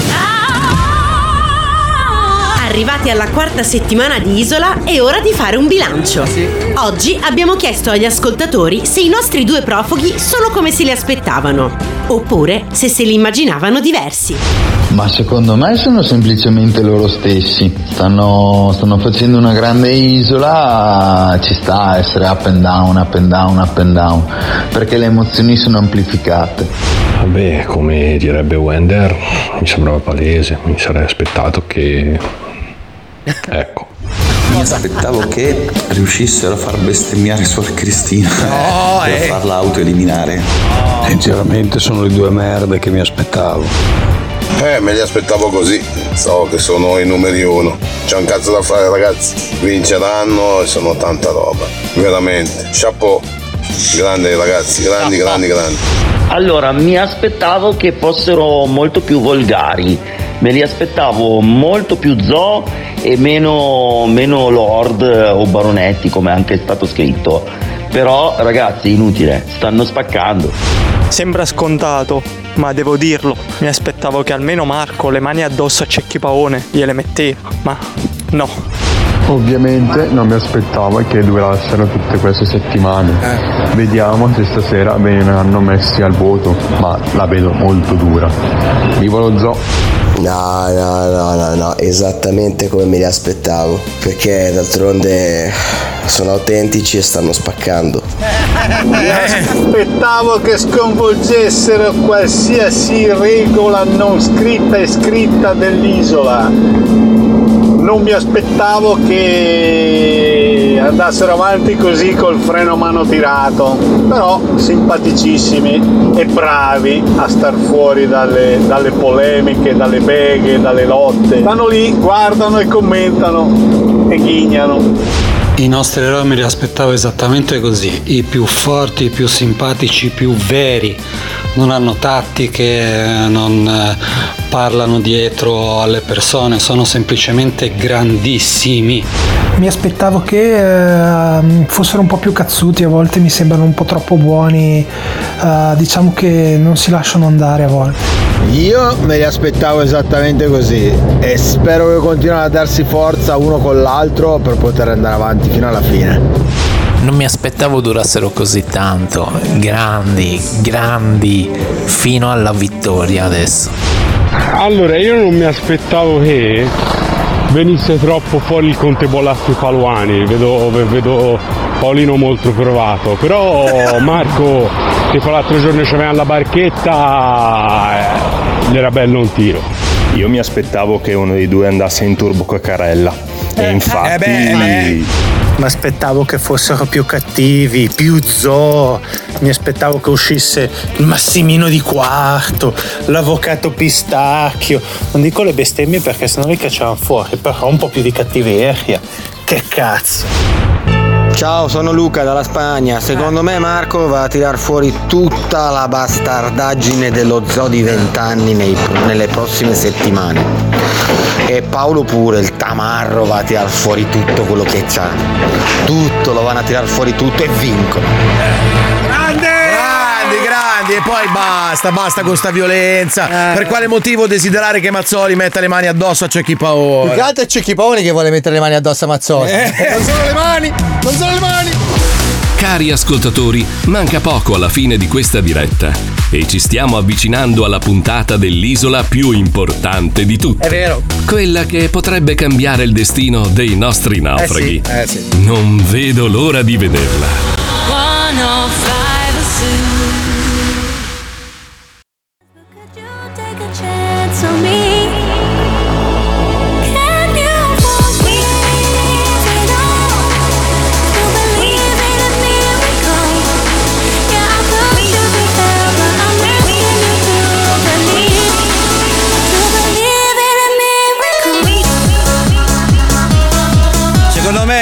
Arrivati alla quarta settimana di Isola, è ora di fare un bilancio. Oggi abbiamo chiesto agli ascoltatori se i nostri due profughi sono come se li aspettavano, oppure se se li immaginavano diversi. Ma secondo me sono semplicemente loro stessi. Stanno, stanno facendo una grande isola, ci sta a essere up and down, up and down, up and down, perché le emozioni sono amplificate. Vabbè, come direbbe Wender, mi sembrava palese, mi sarei aspettato che... Ecco. Mi aspettavo che riuscissero a far bestemmiare Suor Cristina No, per eh. farla autoeliminare. Sinceramente sono le due merde che mi aspettavo. Eh, me li aspettavo così. So che sono i numeri uno. C'è un cazzo da fare, ragazzi. Vinceranno e sono tanta roba. Veramente. Chapeau. Grandi ragazzi, grandi, grandi, grandi. Allora, mi aspettavo che fossero molto più volgari. Me li aspettavo molto più zoo e meno, meno lord o baronetti, come anche è stato scritto. Però, ragazzi, inutile. Stanno spaccando. Sembra scontato, ma devo dirlo, mi aspettavo che almeno Marco le mani addosso a Cecchi Paone gliele metteva, ma no. Ovviamente non mi aspettavo che durassero tutte queste settimane. Vediamo se stasera verranno messi al voto, ma la vedo molto dura. Viva lo zoo! No, no, no, no, no, esattamente come me li aspettavo, perché d'altronde sono autentici e stanno spaccando. Mi aspettavo che sconvolgessero qualsiasi regola non scritta e scritta dell'isola. Non mi aspettavo che andassero avanti così col freno a mano tirato, però simpaticissimi e bravi a star fuori dalle, dalle polemiche, dalle beghe, dalle lotte. Stanno lì, guardano e commentano e ghignano. I nostri eroi me li aspettavo esattamente così, i più forti, i più simpatici, i più veri, non hanno tattiche, non eh, parlano dietro alle persone, sono semplicemente grandissimi. Mi aspettavo che eh, fossero un po' più cazzuti, a volte mi sembrano un po' troppo buoni, eh, diciamo che non si lasciano andare a volte. Io me li aspettavo esattamente così e spero che continuino a darsi forza uno con l'altro per poter andare avanti fino alla fine. Non mi aspettavo durassero così tanto, grandi, grandi, fino alla vittoria adesso. Allora, io non mi aspettavo che venisse troppo fuori il Conte Bollazzi Paluani, vedo, vedo Paolino molto provato, però Marco che fa l'altro giorno c'aveva la barchetta, eh, era bello un tiro. Io mi aspettavo che uno dei due andasse in turbo Caccarella e infatti... Eh beh, eh beh. Mi aspettavo che fossero più cattivi, più zoo. Mi aspettavo che uscisse il Massimino di Quarto, l'avvocato Pistacchio. Non dico le bestemmie perché sennò li cacciavano fuori, però un po' più di cattiveria. Che cazzo. Ciao, sono Luca dalla Spagna. Secondo me Marco va a tirar fuori tutta la bastardaggine dello zoo di vent'anni nei, nelle prossime settimane. E Paolo pure, il tamarro, va a tirar fuori tutto quello che c'ha. Tutto, lo vanno a tirar fuori tutto e vincono. Grandi, grandi, e poi basta, basta con sta violenza. Eh. Per quale motivo desiderare che Mazzoli metta le mani addosso a Cecchi Paone? Più che altro è Cecchi Paone che vuole mettere le mani addosso a Mazzoli. Eh, non sono le mani, non sono le mani. Cari ascoltatori, manca poco alla fine di questa diretta e ci stiamo avvicinando alla puntata dell'isola più importante di tutte. È vero. Quella che potrebbe cambiare il destino dei nostri naufraghi. Eh sì, eh sì. Non vedo l'ora di vederla.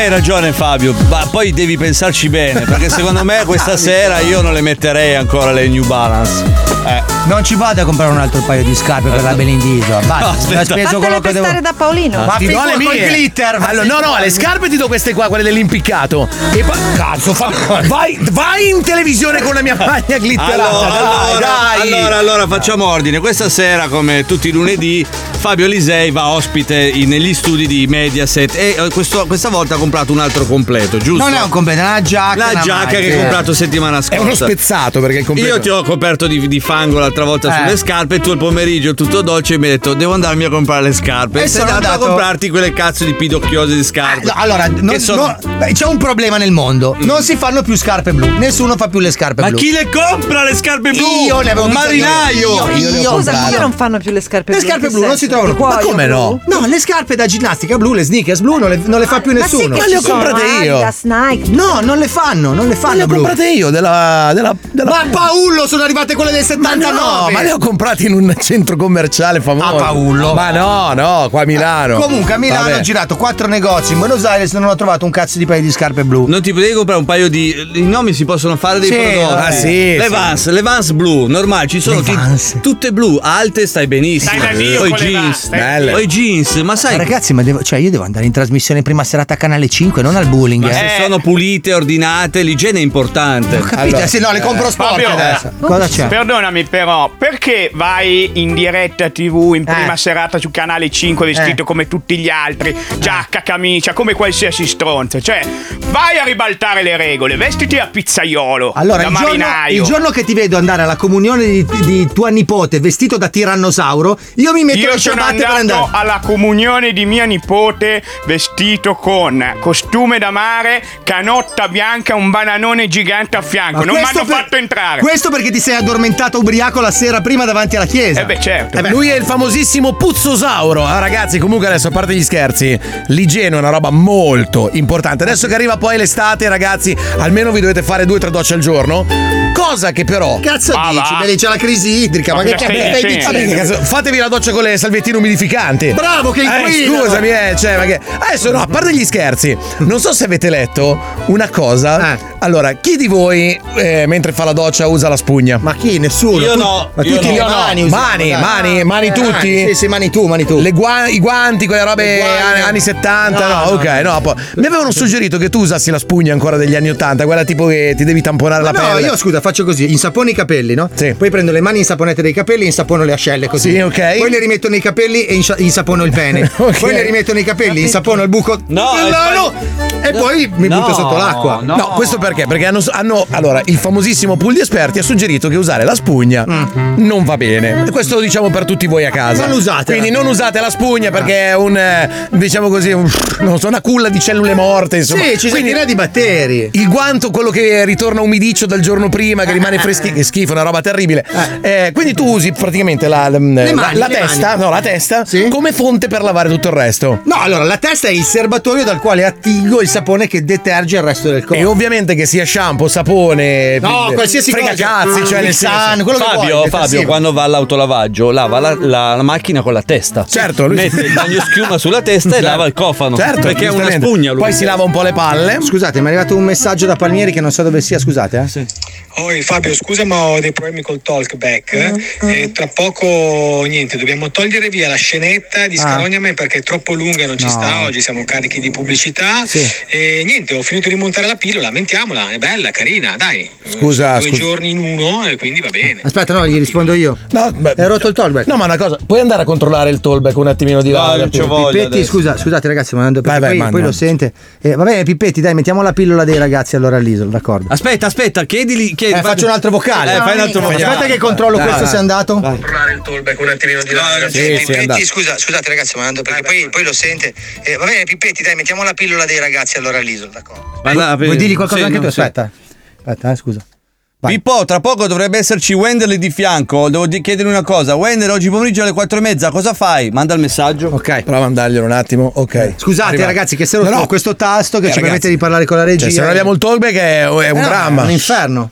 hai ragione Fabio, ma poi devi pensarci bene, perché secondo me questa sera io non le metterei ancora le New Balance. Eh. Non ci vado a comprare un altro paio di scarpe per la Belindisa. Basta, No, ho speso quello che devo. da Paolino. Ma Ti do le col mie. glitter. ma Allora, sei no, no, le scarpe ti do queste qua, quelle dell'impiccato. E poi, cazzo, fa... vai, vai in televisione con la mia maglia glitterata. Allora, dai, allora, dai. allora, allora facciamo ordine. Questa sera, come tutti i lunedì, Fabio Lisei va ospite in- negli studi di Mediaset e eh, questo- questa volta ha comprato un altro completo, giusto? Non è un completo, è una giacca. La una giacca che hai maglia. comprato settimana scorsa. È uno spezzato perché il completo. Io ti ho coperto di, di fango l'altra volta Eh. sulle scarpe e tu il pomeriggio tutto dolce mi hai detto devo andarmi a comprare le scarpe. E E sei sono andato a andato- comprarti quelle cazzo di pidocchiose di scarpe. No, allora, non- Che sono- no, beh, c'è un problema nel mondo. Non si fanno più scarpe blu. Nessuno fa più le scarpe Ma blu. chi le compra le scarpe blu? Io ne avevo Un viste- marinaio! Io, io le ho Scusa, comprate. come non fanno più le scarpe Le blu? scarpe Che blu non si senso? trovano Il più. cuoio come no? blu? No, le scarpe da ginnastica blu, le sneakers blu non le, non le fa più Ma sì nessuno. che Ma le ho ci sono comprate io. Adidas, Nike. No, non le fanno, non le fanno Ma le ho blu. comprate io della, della, della... Ma a Paullo sono arrivate quelle del Ma no, settantanove. ma le ho comprate in un centro commerciale famoso. A Paullo? Ma no, no, qua a Milano. Comunque a Milano Vabbè. ho girato quattro negozi in Buenos Aires e non ho trovato un cazzo di paio di scarpe blu. Non ti potevi comprare un paio di. I nomi si possono fare dei Sì, prodotti. ah, sì, le sì. Vans, le Vans blu, normali, ci sono Le ti- Vans. tutte blu, alte stai benissimo. Stai da Dio Poi con le jeans, Vans, stai da Belle. poi jeans, ma sai Ma ragazzi, ma devo, cioè io devo andare in trasmissione prima serata a Canale cinque, non al bowling. ma eh. se sono pulite, ordinate, l'igiene è importante. Ho capito, Allora, se no le compro sporche Fabio, adesso. Cosa c'è? Perdonami però, perché vai in diretta tivù in prima Eh. serata su Canale cinque vestito Eh. come tutti gli altri, giacca, camicia, come qualsiasi stronzo? Cioè, vai a ribaltare le regole, vestiti a pizzaiolo, Allora, da il giorno, marinaio. il giorno che ti vedo andare alla comunione di, di tua nipote vestito da tirannosauro, io mi metto Io le sono ciabatte per andato andare. alla comunione di mia nipote vestito con costume da mare, canotta bianca, un bananone gigante a fianco. Ma non mi questo hanno per- fatto entrare. Questo perché ti sei addormentato ubriaco la sera prima davanti alla chiesa. Eh beh, certo. Eh beh. Lui è il famosissimo puzzosauro. Ah, ragazzi, comunque adesso, a parte gli scherzi, l'igiene è una roba molto importante. Adesso che arriva poi l'estate, ragazzi, almeno vi dovete fare due o tre docce al giorno. Cosa che però. Cazzo Ah, dici? va. Vedi, c'è la crisi idrica. Ma, Ma che cosa cazzo stai stai dicendo? dicendo? Vabbè, che cazzo, fatevi la doccia con le salviettine umidificanti. Bravo, che Eh, inquina. scusami, eh, cioè, ma che. Adesso no, a parte gli scherzi, non so se avete letto una cosa. Eh. Allora, chi di voi eh, mentre fa la doccia usa la spugna? Ma chi? Nessuno. Io Tu- no, Ma io tutti no. le Io no. mani. usiamo, Mani, dai. mani, mani Eh, tutti? Sì, sì, mani tu, mani tu. Le gua- I guanti, quelle robe Le guanti. anni, anni settanta, no, No, no, ok, no. no. po- Mi avevano suggerito che tu usassi la spugna ancora degli anni ottanta, quella tipo che ti devi tamponare Ma la no, pelle. io scusa, faccio così, insapono i capelli, no? Sì. Poi prendo le mani insaponate dei capelli e insapono le ascelle così. Sì, ok. Poi le rimetto nei capelli e inscia- insapono il pene. Ok. Poi le rimetto nei capelli, insapono il buco No, del è nano e poi mi No, butto sotto l'acqua. no. No, questo perché? Perché hanno, hanno- allora, il famosissimo pool di esperti ha suggerito che usare la spugna non va bene. E questo lo diciamo per tutti voi a casa. Non usatela. Quindi non usate la spugna perché è un, eh, diciamo così, un- non so, una culla di cellule morte, insomma. Sì, ci Quindi sentirà di batteri. il guanto, quello che ritorna umidiccio dal giorno prima, che rimane freschi, che schifo, una roba terribile. Eh, quindi tu usi praticamente la, la, mani, la- la le testa, mani. no, la testa Sì. come fonte per lavare tutto il resto. No, allora la testa è il serbatoio dal quale attingo il sapone che deterge il resto del corpo. E ovviamente che sia shampoo, sapone, No, qualsiasi frega cosa. cazzi, cioè nel Lixan, senso. quello che vuoi, Fabio, Fabio, detersivo. quando va all'autolavaggio, lava la, la- la macchina con la testa. Certo, lui mette il bagno schiuma sulla testa e lava il cofano. Certo, perché è una giustamente. spugna lui. Poi si lava un po' le palle. Scusate, mi è arrivato un messaggio da Palmieri che non so dove sia, scusate, eh. Sì. Oi Fabio, scusa ma ho dei problemi col talkback. E tra poco niente, dobbiamo togliere via la scenetta di Ah. Scarogname perché è troppo lunga e non ci No. sta, oggi siamo carichi di pubblicità. Sì. E niente, ho finito di montare la pillola, mettiamola, è bella, carina, dai. Scusa, Due scusa. giorni in uno e quindi va bene. Aspetta, no, gli rispondo io. No, beh, Hai rotto il talkback. no, ma una cosa, puoi andare a controllare il tollback un attimino di là? No, non c'ho voglia Pippetti, adesso. scusa, scusate ragazzi, mandando perché Vai, vai, poi, manda. poi lo sente. Eh, va bene, Pippetti, dai, mettiamo la pillola dei ragazzi allora all'isola, d'accordo. Aspetta, aspetta, chiedili. chiedi, Eh, faccio un altro vocale. Eh, fai un altro vocale. Aspetta che controllo Dai, questo dai. se è andato. Controllare il talkback un attimino di là. Sì, sì, è Pippetti, andato. scusa, scusate ragazzi, mando perché poi, poi lo sente. Eh, va bene, Pippetti, dai, mettiamo la pillola dei ragazzi allora all'isola, d'accordo. Guarda, Vuoi dirgli qualcosa sì, anche no, tu? sì. Aspetta. Aspetta, eh, scusa. Vai. Pippo, tra poco dovrebbe esserci Wendell lì di fianco. Devo di- chiedere una cosa. Wendell, oggi pomeriggio alle quattro e mezza, cosa fai? Manda il messaggio. Ok. Prova a mandarglielo un attimo, ok. Scusate Arriva. ragazzi che se lo No, no. trovo questo tasto che Eh, ci ragazzi, permette di parlare con la regia. Cioè, se non abbiamo il talkback è, è un Eh no, dramma. È un inferno.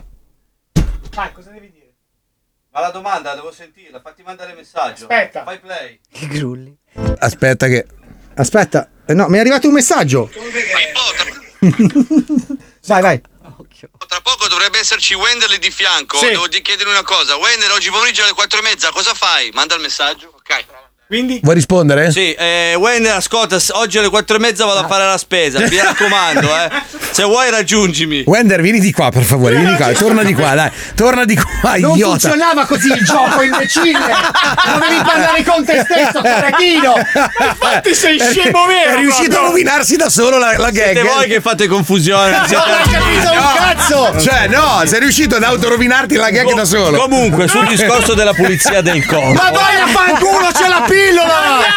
Vai, cosa devi dire? Ma la domanda devo sentirla, fatti mandare il messaggio. Aspetta. Fai play. Che grulli. Aspetta che. Aspetta. Eh, no, mi è arrivato un messaggio. Vai, vai. Tra poco dovrebbe esserci Wender lì di fianco. Sì. Devo di- chiedere una cosa. Wender, oggi pomeriggio alle quattro e mezza, cosa fai? Manda il messaggio. Ok. Quindi. Vuoi rispondere? Sì, eh, Wender, ascolta, s- oggi alle quattro e mezza vado a fare la spesa. Mi raccomando, eh. Se vuoi raggiungimi. Wender, vieni di qua, per favore, vieni di qua, torna di qua, dai, torna di qua, Non idiota. funzionava così il gioco, imbecille! Dovevi parlare con te stesso, cretino! Infatti sei scemo vero! È riuscito proprio. a rovinarsi da solo la, la gag. Siete voi che fate confusione. Non hai capito un cazzo! Cioè, no, sei riuscito ad autorovinarti la gag da solo. Comunque, sul discorso della pulizia del corpo. Ma vai a fanculo, c'è la pillola!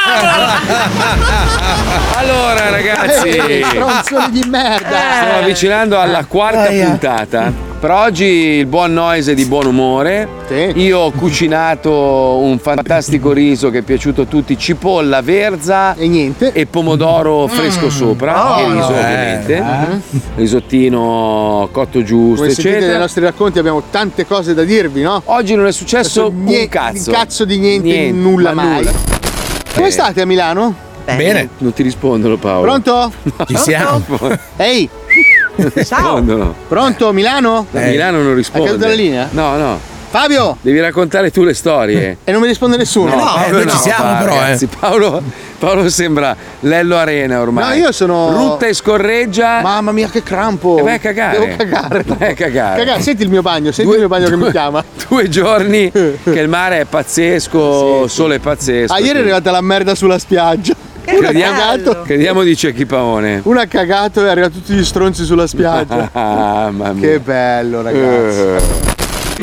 Allora ragazzi, Stronzoni di merda! stiamo avvicinando alla quarta puntata. Per oggi il buon Noise è di buon umore. Io ho cucinato un fantastico riso che è piaciuto a tutti, cipolla, verza e niente e pomodoro fresco sopra. Oh, e riso, no. ovviamente. Eh. Risottino cotto giusto, Come sentite eccetera. dai nostri racconti abbiamo tante cose da dirvi, no? Oggi non è successo Nie- un cazzo. Un cazzo di niente, Niente, nulla ma mai. nulla. Come Eh. state a Milano? Bene. Non ti rispondono, Paolo. Pronto? Ci siamo. Ehi! Non rispondono. Pronto, Milano? Da Milano non risponde. Hai caduto la linea? No, no. Fabio! Devi raccontare tu le storie. E non mi risponde nessuno. Paolo no, va, ragazzi, Paolo, Paolo sembra Lello Arena ormai. No, io sono- Rutta e scorreggia. Mamma mia, che crampo! E vai a cagare. Devo cagare. Vai a cagare. Cagare. Senti il mio bagno, senti il mio bagno che mi chiama. Due giorni che il mare è pazzesco, sole è pazzesco. Ah, ieri è arrivata la merda sulla spiaggia. Uno ha Crediamo, cagato, crediamo di Cecchi Paone. uno ha cagato e è arrivato tutti gli stronzi sulla spiaggia. Ah, mamma mia. Che bello, ragazzi.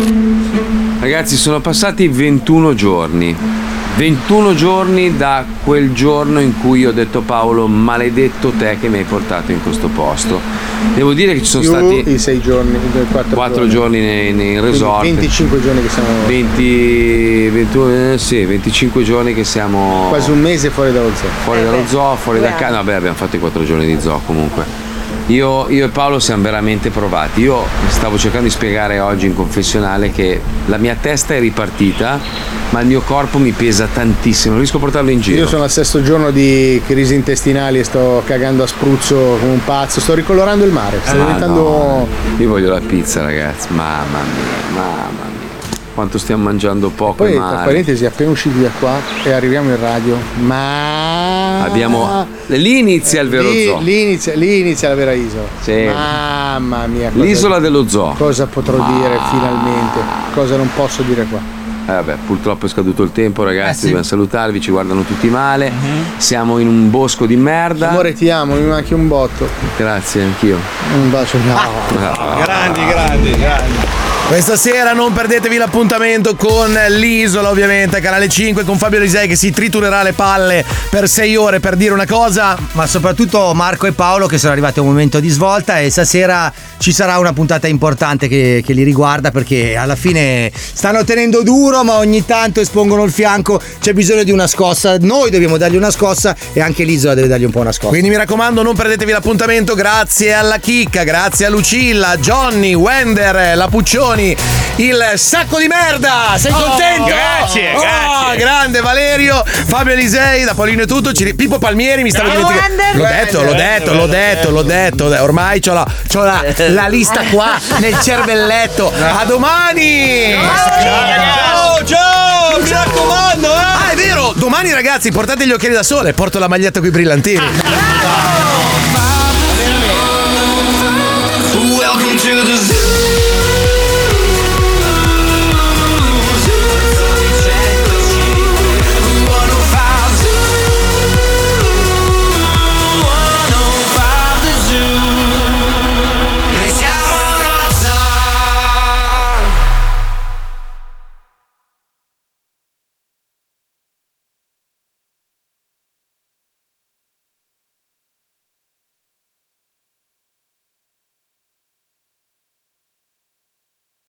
Ragazzi, sono passati ventuno giorni. ventuno giorni da quel giorno in cui ho detto Paolo, maledetto te che mi hai portato in questo posto. Devo dire che ci sono Più stati i sei giorni, i quattro, quattro giorni nei, nei Quindi resort. venticinque giorni che siamo venti, ventuno, eh, sì, venticinque giorni che siamo quasi un mese fuori dallo zoo. fuori dallo zoo, fuori da casa. No, beh, abbiamo fatto i quattro giorni di zoo comunque. Io, io e Paolo siamo veramente provati. Io stavo cercando di spiegare oggi in confessionale che la mia testa è ripartita, ma il mio corpo mi pesa tantissimo, non riesco a portarlo in giro. Io sono al sesto giorno di crisi intestinali e sto cagando a spruzzo come un pazzo, sto ricolorando il mare, sto Ah, diventando. no. Io voglio la pizza, ragazzi. Mamma mia, mamma mia. Quanto stiamo mangiando poco Poi, e tra male. parentesi, appena usciti da qua e arriviamo in radio, ma. Abbiamo. Lì inizia il vero lì, zoo. Lì inizia, lì inizia la vera isola. Sì. Mamma mia. cosa- L'isola dello zoo. Cosa potrò Ma- dire finalmente? Cosa non posso dire qua? Eh, vabbè, purtroppo è scaduto il tempo, ragazzi. Eh, sì. Dobbiamo salutarvi, ci guardano tutti male. Siamo in un bosco di merda. Amore, ti amo, mi manchi un botto. Grazie, anch'io. Un bacio. No. Grandi, grandi, grandi. Questa sera non perdetevi l'appuntamento con l'Isola, ovviamente, Canale cinque, con Fabio Lisei che si triturerà le palle per sei ore per dire una cosa. Ma soprattutto Marco e Paolo che sono arrivati a un momento di svolta e stasera ci sarà una puntata importante che, che li riguarda, perché alla fine stanno tenendo duro ma ogni tanto espongono il fianco, c'è bisogno di una scossa, noi dobbiamo dargli una scossa e anche l'Isola deve dargli un po' una scossa. Quindi mi raccomando, non perdetevi l'appuntamento. Grazie alla Chicca, grazie a Lucilla, Johnny, Wender, la Puccioni, il sacco di merda. Sei Oh, contento? grazie, Oh, grazie. grande Valerio, Fabio Elisei, da Paolino e tutto. Ci... Pippo Palmieri mi stavo Bravo, dimenticando. L'ho Wender. detto, l'ho detto, l'ho detto, l'ho detto. Ormai c'ho la, c'ho la, la lista qua nel cervelletto. A domani! Ciao, ciao, mi raccomando, eh! Ah, è vero, domani ragazzi portate gli occhiali da sole, porto la maglietta coi brillantini.